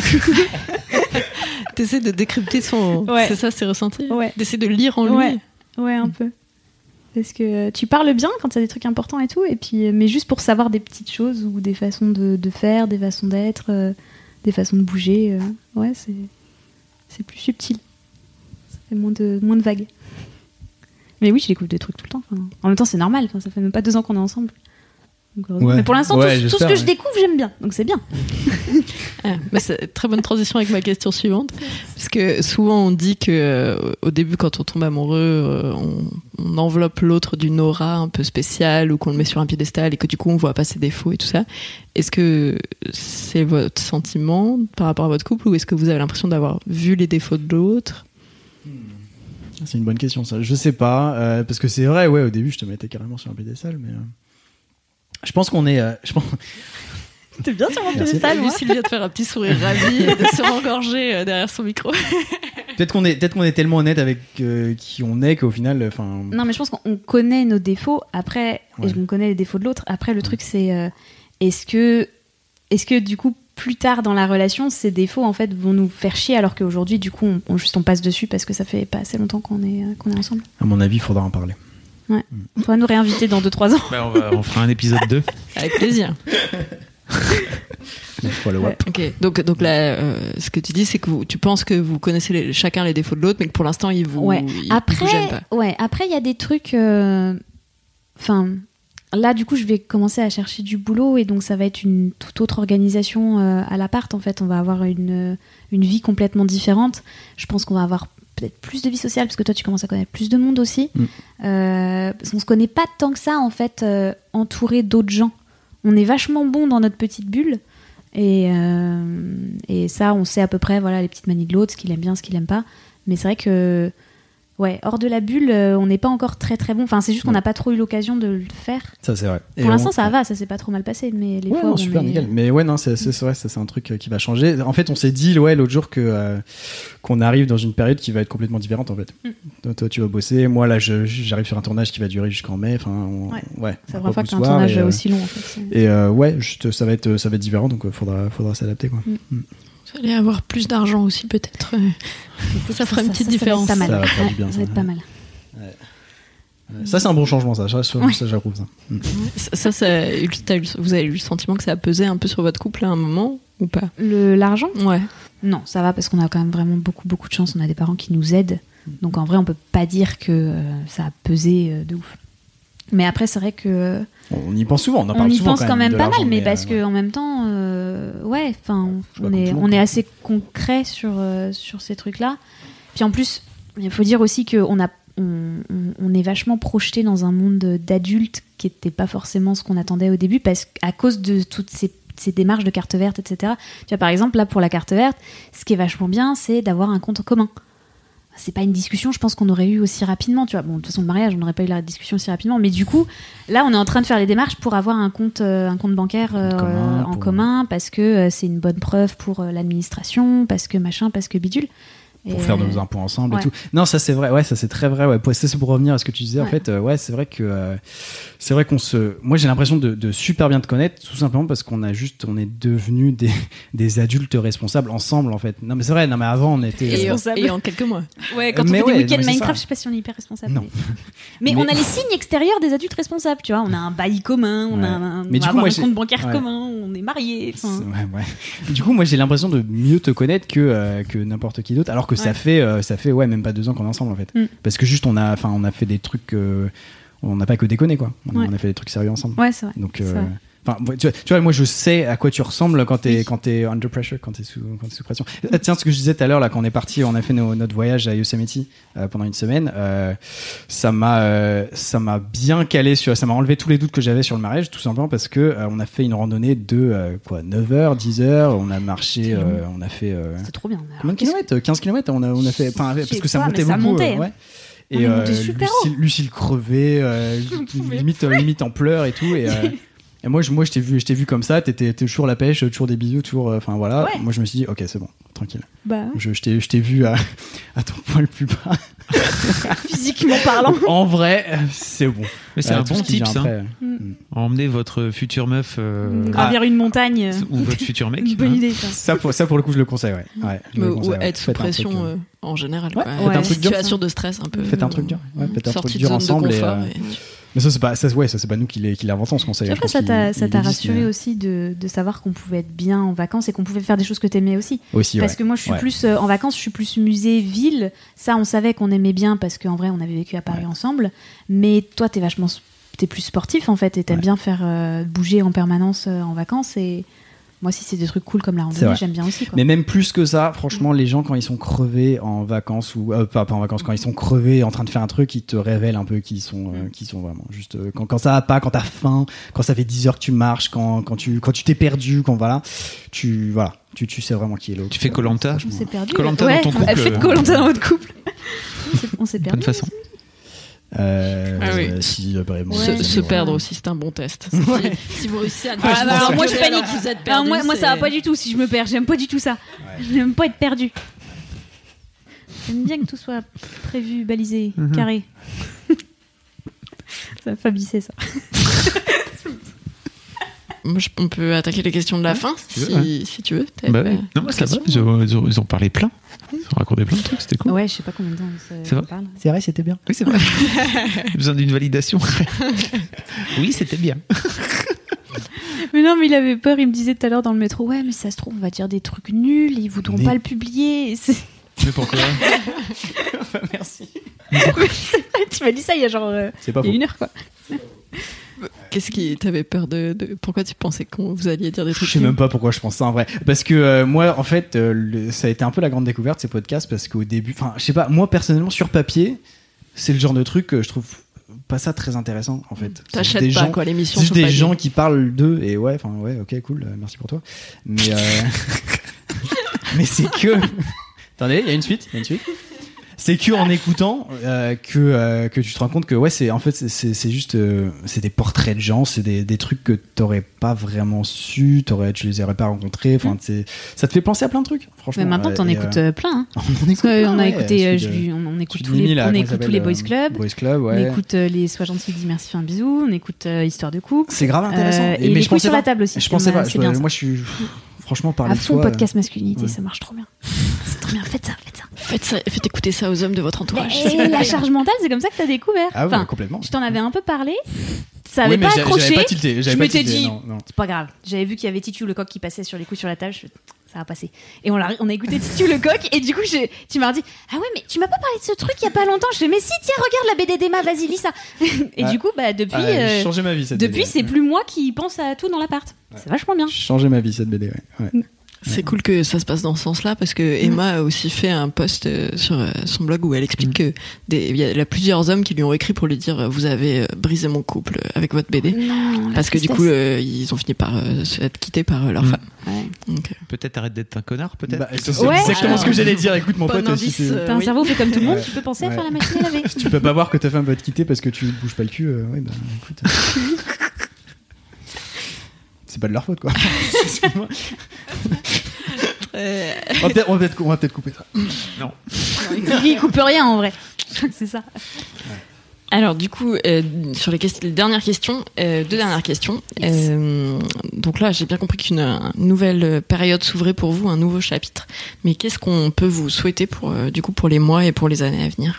T'essaies de décrypter son. Ouais. C'est ça, ses ressentis. Ouais. D'essayer de lire en lui. Ouais, un peu. Parce que tu parles bien quand il y a des trucs importants et tout, et puis, mais juste pour savoir des petites choses ou des façons de faire, des façons d'être, des façons de bouger. Ouais, c'est plus subtil. Ça fait moins de vagues. Mais oui, je découvre des trucs tout le temps. Enfin, en même temps, c'est normal. Enfin, ça fait même pas 2 ans qu'on est ensemble. Donc, mais pour l'instant, tout ce que je découvre, j'aime bien. Donc c'est bien. Mais c'est une très bonne transition avec ma question suivante. Parce que souvent, on dit qu'au début, quand on tombe amoureux, on enveloppe l'autre d'une aura un peu spéciale ou qu'on le met sur un piédestal et que du coup, on voit pas ses défauts et tout ça. Est-ce que c'est votre sentiment par rapport à votre couple ou est-ce que vous avez l'impression d'avoir vu les défauts de l'autre? C'est une bonne question, ça. Je sais pas. Parce que c'est vrai, au début, je te mettais carrément sur un piédestal, mais. Je pense qu'on est. T'es bien sur mon piédestal, moi. Lucille vient de faire un petit sourire ravi et de se rengorger derrière son micro. Peut-être qu'on est tellement honnête avec qui on est qu'au final. Non, mais je pense qu'on connaît nos défauts. Après, et on connaît les défauts de l'autre. Après, le truc, c'est est-ce que du coup, plus tard dans la relation, ces défauts en fait vont nous faire chier alors qu'aujourd'hui, du coup, on passe dessus parce que ça fait pas assez longtemps qu'on est ensemble. À mon avis, il faudra en parler. Ouais. Faudra nous réinviter dans 2-3 ans. On fera un épisode 2. Avec plaisir. Follow-up. Ok. Donc là, ce que tu dis, c'est que tu penses que vous connaissez chacun les défauts de l'autre, mais que pour l'instant, ils vous gênent pas. Ouais. Après, il y a des trucs. Là, du coup, je vais commencer à chercher du boulot et donc ça va être une toute autre organisation à l'appart. En fait, on va avoir une vie complètement différente. Je pense qu'on va avoir peut-être plus de vie sociale parce que toi tu commences à connaître plus de monde aussi. Parce qu'on se connaît pas tant que ça en fait, entouré d'autres gens. On est vachement bon dans notre petite bulle et ça on sait à peu près les petites manies de l'autre, ce qu'il aime bien, ce qu'il aime pas. Mais c'est vrai que Ouais, hors de la bulle, on n'est pas encore très très bon. Enfin, c'est juste qu'on n'a pas trop eu l'occasion de le faire. Ça, c'est vrai. Pour l'instant, ça va, ça s'est pas trop mal passé, mais les fois non, où super, nickel. Mais ouais, non, c'est vrai, ça, c'est un truc qui va changer. En fait, on s'est dit, l'autre jour qu'on arrive dans une période qui va être complètement différente, en fait. Toi, tu vas bosser. Moi, là, j'arrive sur un tournage qui va durer jusqu'en mai. Enfin, c'est la première fois que t'as un tournage aussi long, en fait. Et juste, ça va être différent, donc faudra s'adapter, quoi. Vous allez avoir plus d'argent aussi, peut-être. Ça fera une petite différence. Ça va faire du bien, ça va être pas mal. Ça, c'est un bon changement, ça j'approuve ça. Vous avez eu le sentiment que ça a pesé un peu sur votre couple à un moment ou pas? L'argent? Ouais. Non, ça va parce qu'on a quand même vraiment beaucoup de chance. On a des parents qui nous aident. Donc en vrai, on peut pas dire que ça a pesé de ouf. Mais après, c'est vrai que... On y pense souvent, on en parle souvent. On y pense quand même pas mal, mais parce qu'en même temps, on est assez concret sur ces trucs-là. Puis en plus, il faut dire aussi qu'on est vachement projeté dans un monde d'adultes qui n'était pas forcément ce qu'on attendait au début, parce qu'à cause de toutes ces démarches de carte verte, etc. Tu vois, par exemple, là, pour la carte verte, ce qui est vachement bien, c'est d'avoir un compte commun. C'est pas une discussion, je pense qu'on aurait eu aussi rapidement, tu vois. Bon, de toute façon, le mariage, on n'aurait pas eu la discussion aussi rapidement, mais du coup, là, on est en train de faire les démarches pour avoir un compte bancaire en commun, parce que c'est une bonne preuve pour l'administration, parce que machin, parce que bidule. Pour faire nos impôts ensemble et tout. Non, ça c'est vrai, ça c'est très vrai. Ouais. Ça c'est pour revenir à ce que tu disais. En fait, c'est vrai que moi j'ai l'impression de super bien te connaître, tout simplement parce on est devenus des adultes responsables ensemble en fait. Non mais c'est vrai. Non mais avant on était responsables. Et en quelques mois. Ouais, quand on fait des week-ends Minecraft, je sais pas si on est hyper responsable. Non. Mais on a les signes extérieurs des adultes responsables. Tu vois, on a un bail commun, on a un compte bancaire commun, on est mariés. Ouais. Du coup, moi j'ai l'impression de mieux te connaître que n'importe qui d'autre. Alors que ça fait même pas 2 ans qu'on est ensemble en fait. Parce que juste on a fait des trucs on n'a pas que déconné quoi. On a fait des trucs sérieux ensemble. Ouais, c'est vrai. Donc tu vois, moi je sais à quoi tu ressembles quand t'es under pressure, quand t'es sous pression. Tiens, ce que je disais tout à l'heure là, quand on est parti, on a fait notre voyage à Yosemite pendant une semaine. Ça m'a bien calé ça m'a enlevé tous les doutes que j'avais sur le mariage, tout simplement parce que on a fait une randonnée de 9h, 10h. On a marché, on a fait. C'était trop bien. Combien de kilomètres? 15 kilomètres. On a fait, parce que ça montait beaucoup. Ouais. Et Lucille crevait, limite en pleurs et tout. Et moi, je t'ai vu comme ça, t'étais toujours la pêche, toujours des bisous, toujours, voilà. Ouais. Moi, je me suis dit, ok, c'est bon, tranquille. Je t'ai vu à ton point le plus bas. Physiquement parlant. En vrai, c'est bon. Mais c'est un bon tips, emmener votre future meuf gravir une montagne ou votre futur mec. Bonne idée, ça. Ça pour le coup, je le conseille, ouais. Ou être sous pression en général. Faites un truc dur. Situation de stress un peu. Faites un truc dur. Faites un truc dur ensemble. Mais ça c'est pas nous qui l'inventons ce conseil. Après ça t'a rassuré aussi de savoir qu'on pouvait être bien en vacances et qu'on pouvait faire des choses que t'aimais aussi. Parce que moi je suis plus en vacances, je suis plus musée ville. Ça on savait qu'on aimait bien parce qu'en vrai on avait vécu à Paris ensemble. Mais toi t'es plus sportif en fait et t'aimes bien faire bouger en permanence en vacances et moi si c'est des trucs cool comme la randonnée j'aime bien aussi quoi. Mais même plus que ça, franchement les gens quand ils sont crevés en vacances ou pas en vacances, quand ils sont crevés en train de faire un truc, ils te révèlent un peu qui sont vraiment juste quand ça va pas, quand t'as faim, quand ça fait 10 heures que tu marches, quand tu t'es perdu, quand tu sais vraiment qui est l'autre. Tu fais Koh-Lanta. On s'est perdu. Koh-Lanta dans ton couple. Faites Koh-Lanta dans votre couple. On s'est perdu. Bonne façon. Si vraiment se perdre aussi c'est un bon test. Si vous réussissez à alors moi je panique, vous êtes perdu, moi ça va pas du tout si je me perds, j'aime pas du tout ça. J'aime pas être perdu. J'aime bien que tout soit prévu, balisé, carré. Ça va fabisser ça. Moi, on peut attaquer les questions de la fin si tu veux. Non, moi ça va, ils ont parlé plein. Ils ont raconté plein de trucs, c'était cool. Ouais, je sais pas combien de temps ça parle. C'est vrai, c'était bien. Oui, c'est vrai. J'ai besoin d'une validation. Oui, c'était bien. Mais non, mais il avait peur, il me disait tout à l'heure dans le métro, ouais, mais ça se trouve, on va dire des trucs nuls, ils voudront pas le publier. Mais pourquoi? Merci. Tu m'as dit ça il y a genre il y a 1 heure, quoi. Qu'est-ce qui t'avait peur de pourquoi tu pensais que vous alliez dire des trucs? Je sais même pas pourquoi je pense ça en vrai. Parce que moi, en fait, ça a été un peu la grande découverte ces podcasts parce qu'au début, je sais pas, moi personnellement sur papier, c'est le genre de truc que je trouve pas ça très intéressant en fait. T'achètes pas gens, quoi l'émission. C'est juste des gens qui parlent d'eux et ok cool, merci pour toi. Mais mais c'est que attendez, il y a une suite. c'est que en écoutant que tu te rends compte que ouais, c'est juste c'est des portraits de gens, c'est des trucs que t'aurais pas vraiment su, tu les aurais pas rencontrés. Enfin, ça te fait penser à plein de trucs. Franchement. Mais maintenant, t'en écoutes plein. Hein. On écoute tous les Boys Club. On écoute les Sois gentil, dis merci, fais un bisou. On écoute Histoire de couple. C'est grave intéressant. Et les couilles sur la table aussi. Je pensais pas. Moi, je suis franchement parler à fond podcast masculinité, ça marche trop bien. C'est trop bien. Faites ça. Faites écouter ça aux hommes de votre entourage. Et la charge mentale, c'est comme ça que t'as découvert. Ah ouais, complètement. Je t'en avais un peu parlé. Ça avait pas accroché. J'avais pas tilté. Je m'étais dit, c'est pas grave. J'avais vu qu'il y avait Titu le coq qui passait sur les coups sur la table. Ça va passer. Et on a écouté Titu le coq. Et du coup, tu m'as dit, ah ouais, mais tu m'as pas parlé de ce truc il y a pas longtemps. Je fais, mais si, tiens, regarde la BD d'Emma, vas-y, lis ça. Et du coup, depuis, changé ma vie, cette depuis, BD, c'est plus moi qui pense à tout dans l'appart. C'est vachement bien. Changé ma vie, cette BD, ouais. C'est cool que ça se passe dans ce sens-là parce que Emma a aussi fait un post sur son blog où elle explique que il y a plusieurs hommes qui lui ont écrit pour lui dire vous avez brisé mon couple avec votre BD parce que du coup ils ont fini par être quittés par leur femme. Ouais. Donc, peut-être arrête d'être un connard, peut-être. C'est exactement ce que j'allais dire. Écoute mon pote, t'as un cerveau fait comme tout le monde, tu peux penser à faire la machine à laver. Si tu peux pas voir que ta femme va te quitter parce que tu bouges pas le cul, écoute. C'est pas de leur faute, quoi. Excuse-moi. On va peut-être couper ça. Non. Il coupe rien en vrai. C'est ça. Alors du coup, sur les dernières questions, deux dernières questions. Yes. Donc là, j'ai bien compris qu'une nouvelle période s'ouvrait pour vous, un nouveau chapitre. Mais qu'est-ce qu'on peut vous souhaiter pour les mois et pour les années à venir ?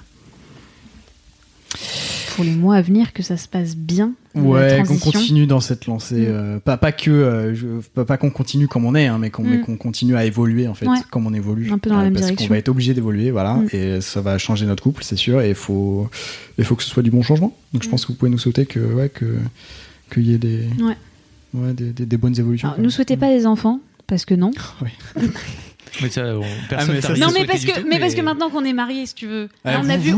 Pour les mois à venir, que ça se passe bien. Ouais, qu'on continue dans cette lancée. Pas qu'on continue comme on est, mais qu'on continue à évoluer en fait, comme on évolue. Un peu dans la même parce direction. qu'on va être obligé d'évoluer, voilà, et ça va changer notre couple, c'est sûr. Et il faut que ce soit du bon changement. Donc je pense que vous pouvez nous souhaiter qu'il y ait des bonnes évolutions. Alors, nous souhaitez pas des enfants, parce que non. Oui. Mais ça, personne non, mais parce que maintenant qu'on est mariés, si tu veux, on a vu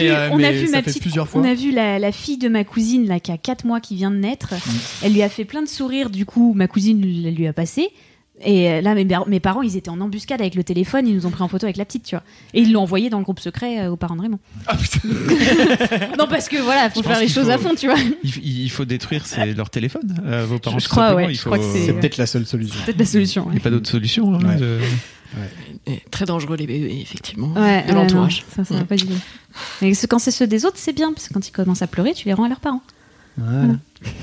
la fille de ma cousine là qui a 4 mois qui vient de naître. Elle lui a fait plein de sourires. Du coup, ma cousine lui a passé. Et là, mes parents, ils étaient en embuscade avec le téléphone. Ils nous ont pris en photo avec la petite, tu vois. Et ils l'ont envoyé dans le groupe secret aux parents de Raymond. Ah putain. Non, parce que voilà, faut faire les choses à fond, tu vois. Il faut détruire leur téléphone, vos parents. Je crois, ouais. Je crois que c'est peut-être la seule solution. Peut-être la solution. Il n'y a pas d'autre solution. Très dangereux les bébés, effectivement, de l'entourage. Ça va pas du tout. Mais quand c'est ceux des autres, c'est bien, parce que quand ils commencent à pleurer, tu les rends à leurs parents. Voilà.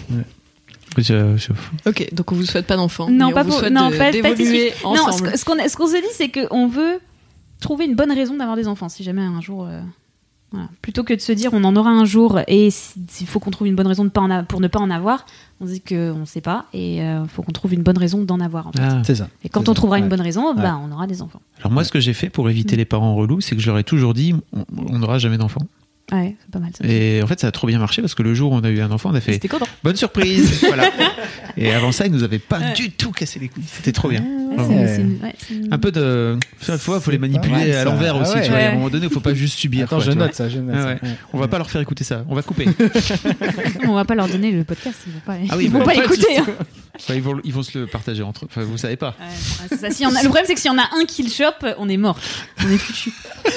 Ok, donc on vous souhaite pas d'enfants. Non, pas vous souhaite d'évoluer ensemble. Non, ce qu'on s'est dit, c'est qu'on veut trouver une bonne raison d'avoir des enfants. Si jamais un jour, voilà. Plutôt que de se dire on en aura un jour et s'il faut qu'on trouve une bonne raison pour ne pas en avoir, on se dit qu'on sait pas et il faut qu'on trouve une bonne raison d'en avoir. En fait. C'est ça. Et quand on trouvera une bonne raison, on aura des enfants. Alors moi, ce que j'ai fait pour éviter les parents relous, c'est que je leur ai toujours dit on n'aura jamais d'enfants. Ouais, c'est pas mal ça. Et en fait, ça a trop bien marché parce que le jour où on a eu un enfant, on a fait bonne surprise. Voilà. Et avant ça, ils nous avaient pas du tout cassé les couilles. C'était trop bien. Un peu de. Faut les manipuler à l'envers aussi. Tu vois, à un moment donné, il faut pas juste subir. Attends, je note ça. On va pas leur faire écouter ça. On va couper. On va pas leur donner le podcast. Ils vont pas l'écouter. Ils vont se le partager entre eux. Enfin, vous savez pas. C'est ça. Le problème, c'est que s'il y en a un qui le chope, on est mort. On est foutu.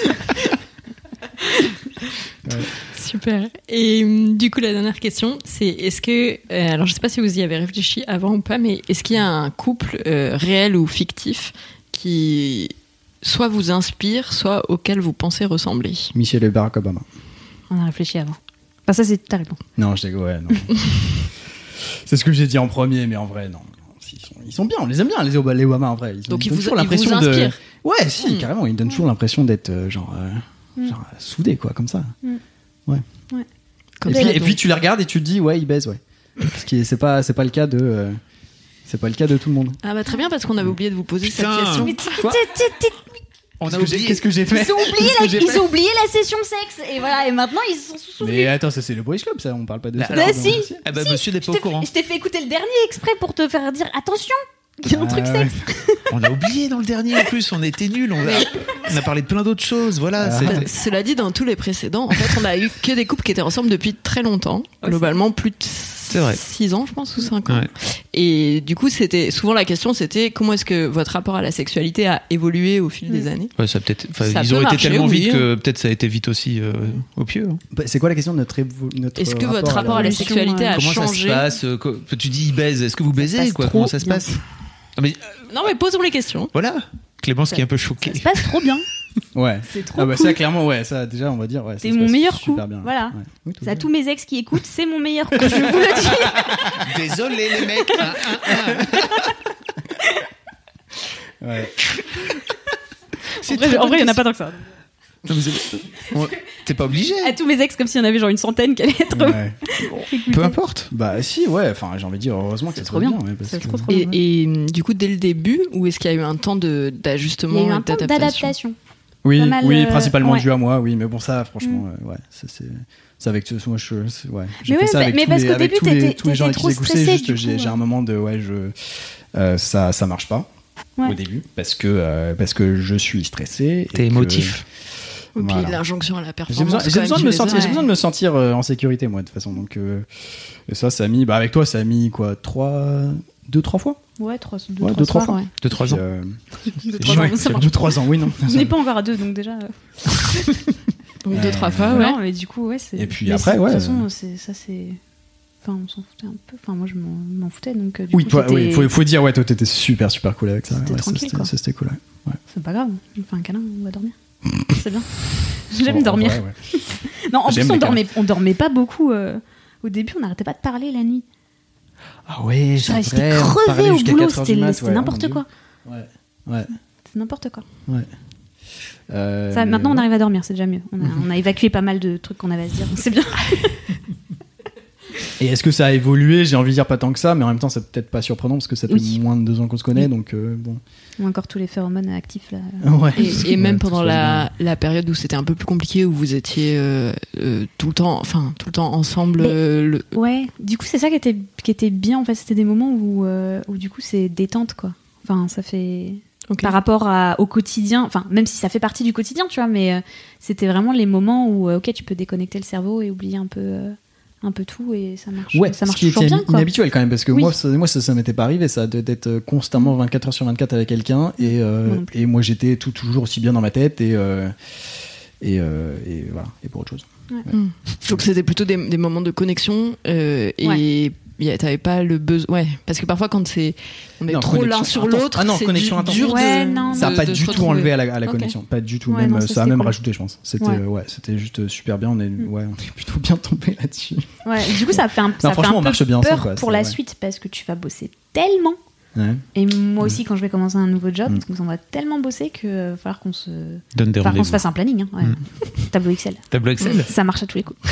Super. Et du coup, la dernière question, c'est est-ce que, alors je sais pas si vous y avez réfléchi avant ou pas, mais est-ce qu'il y a un couple réel ou fictif qui soit vous inspire, soit auquel vous pensez ressembler? Michel et Barack Obama. On a réfléchi avant. Enfin, ça, c'est ta réponse. Non, je dis ouais, non. C'est ce que j'ai dit en premier, mais en vrai, non. Ils sont bien, on les aime bien, les Obama, en vrai. Donc, ils vous inspirent. Ouais, si, carrément. Ils donnent toujours l'impression d'être genre soudés, quoi, comme ça. Ouais. Et puis tu les regardes et tu te dis, ouais, ils baisent, ouais. Parce que c'est pas le cas de. C'est pas le cas de tout le monde. Ah bah très bien, parce qu'on avait oublié de vous poser cette question. Qu'est-ce que j'ai fait? Ils ont oublié la session sexe et voilà, et maintenant ils se sont souvenus. Mais attends, ça c'est le Boys Club, ça, on parle pas de ça. Si. Monsieur n'est pas au courant. Je t'ai fait écouter le dernier exprès pour te faire dire attention. Il y a un truc sexe. On a oublié dans le dernier en plus, on était nuls. On a parlé de plein d'autres choses. Voilà. Cela dit, dans tous les précédents, en fait, on a eu que des couples qui étaient ensemble depuis très longtemps. Globalement, plus de 6 ans, je pense, ou 5 ans. Ouais. Et du coup, c'était souvent la question, c'était comment est-ce que votre rapport à la sexualité a évolué au fil des années. Ouais, ils ont été tellement vite que peut-être ça a été vite aussi au pieu. C'est quoi la question de notre est-ce que votre rapport à la sexualité a changé? Comment ça se passe? Tu dis ils baisent, est-ce que vous baisez quoi? Comment ça se passe? Non mais posons les questions. Voilà. Clémence qui est un peu choquée. Ça se passe trop bien. Ouais. C'est trop cool. Ça clairement, ça déjà on va dire. C'est mon meilleur coup. Bien. Voilà. Ouais. Oui, à tous mes ex qui écoutent, c'est mon meilleur coup. Je vous le dis. Désolé les mecs. Ouais. En vrai, il y en a pas tant que ça. Non, t'es pas obligé. À tous mes ex, comme s'il y en avait genre une centaine qui allaient être. Ouais. Peu importe. Bah si, ouais. Enfin, j'ai envie de dire heureusement que c'est trop bien. C'est trop bien. Et du coup, dès le début, ou est-ce qu'il y a eu un temps d'ajustement? Il y a eu un temps d'adaptation. Oui, principalement dû à moi, oui, mais bon, ça, franchement, c'est avec tout. Moi, j'ai fait ça avec tous les gens avec qui j'ai couché. Juste, j'ai un moment de, ça marche pas au début parce que je suis stressé. T'es émotif. Et puis l'injonction à la performance. J'ai besoin de me sentir en sécurité, moi, de toute façon. Donc, et ça a mis, avec toi, ça a mis quoi, 2-3 fois. Ouais, 2-3 fois. 2-3 ans. 2-3 ans, oui, non. On n'est pas encore à deux, donc déjà. Donc 2-3 fois, ouais. Non, mais du coup, c'est. Et puis après, de toute façon, ça, c'est. Enfin, on s'en foutait un peu. Enfin, moi, je m'en foutais, donc. Oui, toi, faut dire, toi, t'étais super cool avec ça. C'était tranquille, quoi. C'était cool, ouais. C'est pas grave, on fait un câlin, on va dormir. C'est bien. J'aime dormir. Non, en plus, on dormait pas beaucoup. Au début, on n'arrêtait pas de parler la nuit. Ah ouais, j'étais crevée au boulot, c'était n'importe quoi. Ouais. C'est n'importe quoi. Ouais. Maintenant, on arrive à dormir, c'est déjà mieux. On a évacué pas mal de trucs qu'on avait à se dire, donc c'est bien. Et est-ce que ça a évolué? J'ai envie de dire pas tant que ça, mais en même temps, c'est peut-être pas surprenant parce que ça fait moins de 2 ans qu'on se connaît, donc bon. On a encore tous les phéromones actifs là. Ouais. Et même pendant la période où c'était un peu plus compliqué, où vous étiez tout le temps ensemble. Ouais. Du coup, c'est ça qui était bien. En fait, c'était des moments où du coup c'est détente quoi. Enfin, ça fait. Okay. Par rapport au quotidien, enfin même si ça fait partie du quotidien, tu vois, mais c'était vraiment les moments où tu peux déconnecter le cerveau et oublier un peu tout et ça marche. Ouais, ça marche ce qui toujours était bien, quoi. Inhabituel quand même parce que moi ça m'était pas arrivé ça d'être constamment 24 heures sur 24 avec quelqu'un et moi j'étais toujours aussi bien dans ma tête et voilà et pour autre chose. Ouais. Ouais. Donc c'était plutôt des moments de connexion et t'avais pas le besoin parce que parfois quand on est trop l'un sur l'autre c'est connexion dur ça a pas du tout enlevé à la connexion, pas du tout, même ça a même rajouté je pense. C'était juste super bien, on est plutôt bien tombé là-dessus. Ouais, du coup ça fait un peu peur pour la suite parce que tu vas bosser tellement. Ouais. Et moi aussi quand je vais commencer un nouveau job parce qu'on va tellement bosser que va falloir qu'on se fasse un planning hein. Tableau Excel ça marche à tous les coups.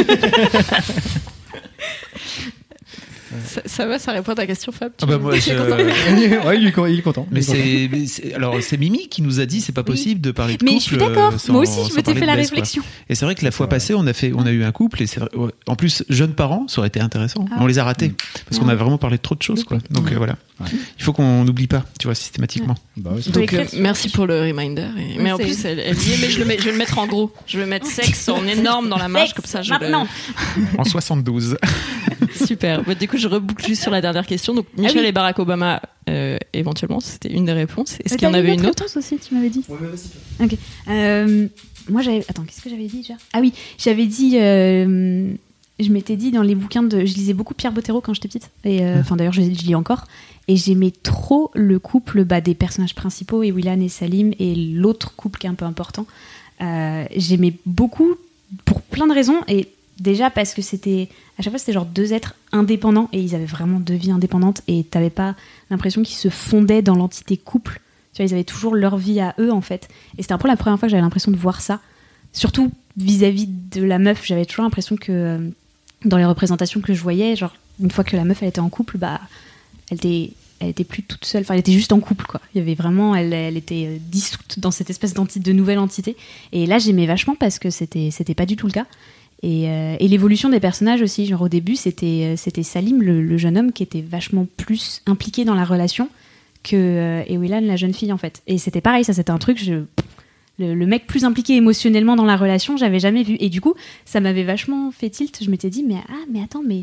Ça va, ça répond à ta question, Fab. Moi, il est content. Mais c'est Mimi qui nous a dit c'est pas possible de parler de couple. Mais je suis d'accord. Moi aussi, je m'étais fait la réflexion. Et c'est vrai que la fois passée, on a eu un couple et en plus jeunes parents, ça aurait été intéressant. On les a ratés parce qu'on a vraiment parlé de trop de choses, quoi. Donc voilà. Il faut qu'on n'oublie pas, tu vois, systématiquement. Donc merci pour le reminder. Mais en plus, elle dit mais je vais le mettre en gros. Je vais mettre sexe en énorme dans la marge comme ça. Maintenant. En 72. Super. Du coup, je reboucle juste sur la dernière question. Donc, Michel et Barack Obama, éventuellement, c'était une des réponses. Est-ce qu'il y en avait une autre aussi, tu m'avais dit. Oui, vas-y. Ok. Moi, Attends, qu'est-ce que j'avais dit déjà? Ah oui, j'avais dit. Je m'étais dit dans les bouquins je lisais beaucoup Pierre Bottero quand j'étais petite. Et d'ailleurs, je lis encore. Et j'aimais trop le couple des personnages principaux, et Willan et Salim, et l'autre couple qui est un peu important. J'aimais beaucoup pour plein de raisons. Et déjà parce que à chaque fois c'était genre 2 êtres indépendants et ils avaient vraiment 2 vies indépendantes et t'avais pas l'impression qu'ils se fondaient dans l'entité couple. Tu vois, ils avaient toujours leur vie à eux en fait. Et c'était un peu la première fois que j'avais l'impression de voir ça. Surtout vis-à-vis de la meuf, j'avais toujours l'impression que dans les représentations que je voyais, genre une fois que la meuf elle était en couple, elle était plus toute seule, enfin elle était juste en couple quoi. Il y avait vraiment, elle était dissoute dans cette espèce de nouvelle entité. Et là j'aimais vachement parce que c'était pas du tout le cas. Et l'évolution des personnages aussi, genre au début c'était Salim le jeune homme qui était vachement plus impliqué dans la relation que Willan la jeune fille en fait. Et c'était pareil, ça c'était un truc, le mec plus impliqué émotionnellement dans la relation, j'avais jamais vu. Et du coup ça m'avait vachement fait tilt. Je m'étais dit mais attends, mais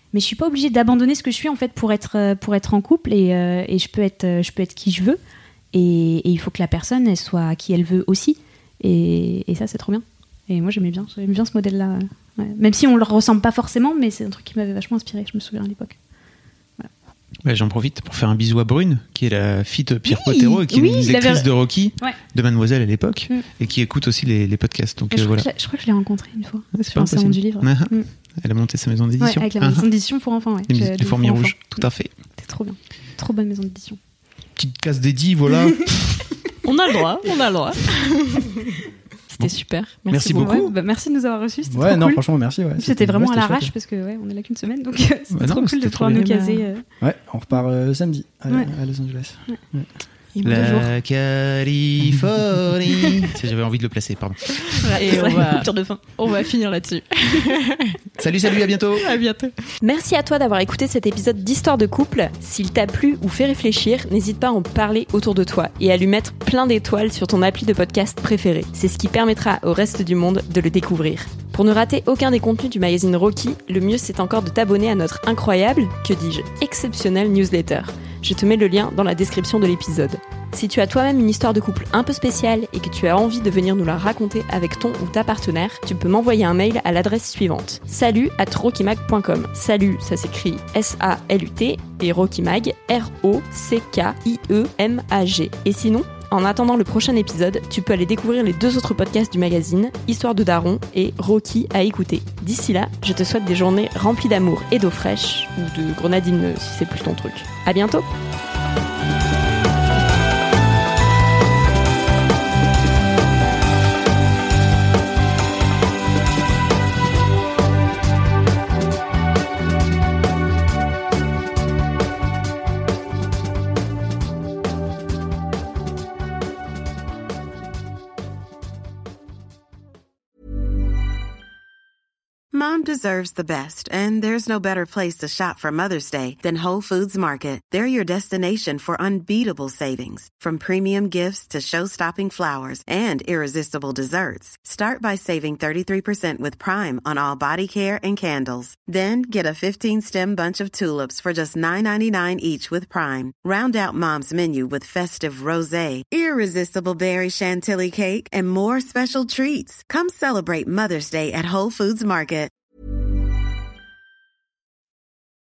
mais je suis pas obligée d'abandonner ce que je suis en fait pour être en couple et je peux être qui je veux et il faut que la personne elle soit qui elle veut aussi et ça c'est trop bien. Et moi j'aimais bien ce modèle-là, ouais. Même si on le ressemble pas forcément, mais c'est un truc qui m'avait vachement inspiré, je me souviens à l'époque. Voilà. Ouais, j'en profite pour faire un bisou à Brune, qui est la fille de Pierre Pottero et qui est une lectrice de Rocky, de Mademoiselle à l'époque, et qui écoute aussi les podcasts. Donc voilà. Je crois que je l'ai rencontrée une fois sur un salon du livre. Elle a monté sa maison d'édition. Avec la maison d'édition pour enfants. Les fourmis rouges, tout à fait. C'était trop bien, trop bonne maison d'édition. Petite case dédiée, voilà. On a le droit. C'était super. Merci beaucoup. Ouais, merci de nous avoir reçus. C'était trop cool. Franchement, merci. Ouais. C'était vraiment à l'arrache parce que on est là qu'une semaine, donc c'était trop cool de pouvoir nous caser. Ouais, on repart samedi à Los Angeles. Ouais. La Californie. J'avais envie de le placer, pardon. Et on va finir là-dessus. Salut, à bientôt. À bientôt. Merci à toi d'avoir écouté cet épisode d'Histoire de couple. S'il t'a plu ou fait réfléchir, n'hésite pas à en parler autour de toi et à lui mettre plein d'étoiles sur ton appli de podcast préféré. C'est ce qui permettra au reste du monde de le découvrir. Pour ne rater aucun des contenus du magazine Rocky, le mieux c'est encore de t'abonner à notre incroyable, que dis-je, exceptionnel newsletter. Je te mets le lien dans la description de l'épisode. Si tu as toi-même une histoire de couple un peu spéciale et que tu as envie de venir nous la raconter avec ton ou ta partenaire, tu peux m'envoyer un mail à l'adresse suivante: salut@rockymag.com. Salut, ça s'écrit S-A-L-U-T et Rockymag, R-O-C-K-I-E-M-A-G. Et sinon, en attendant le prochain épisode, tu peux aller découvrir les 2 autres podcasts du magazine, Histoire de Daron et Rocky à écouter. D'ici là, je te souhaite des journées remplies d'amour et d'eau fraîche, ou de grenadine si c'est plus ton truc. À bientôt! Mom deserves the best, and there's no better place to shop for Mother's Day than Whole Foods Market. They're your destination for unbeatable savings, from premium gifts to show-stopping flowers and irresistible desserts. Start by saving 33% with Prime on all body care and candles. Then get a 15-stem bunch of tulips for just $9.99 each with Prime. Round out Mom's menu with festive rosé, irresistible berry chantilly cake, and more special treats. Come celebrate Mother's Day at Whole Foods Market.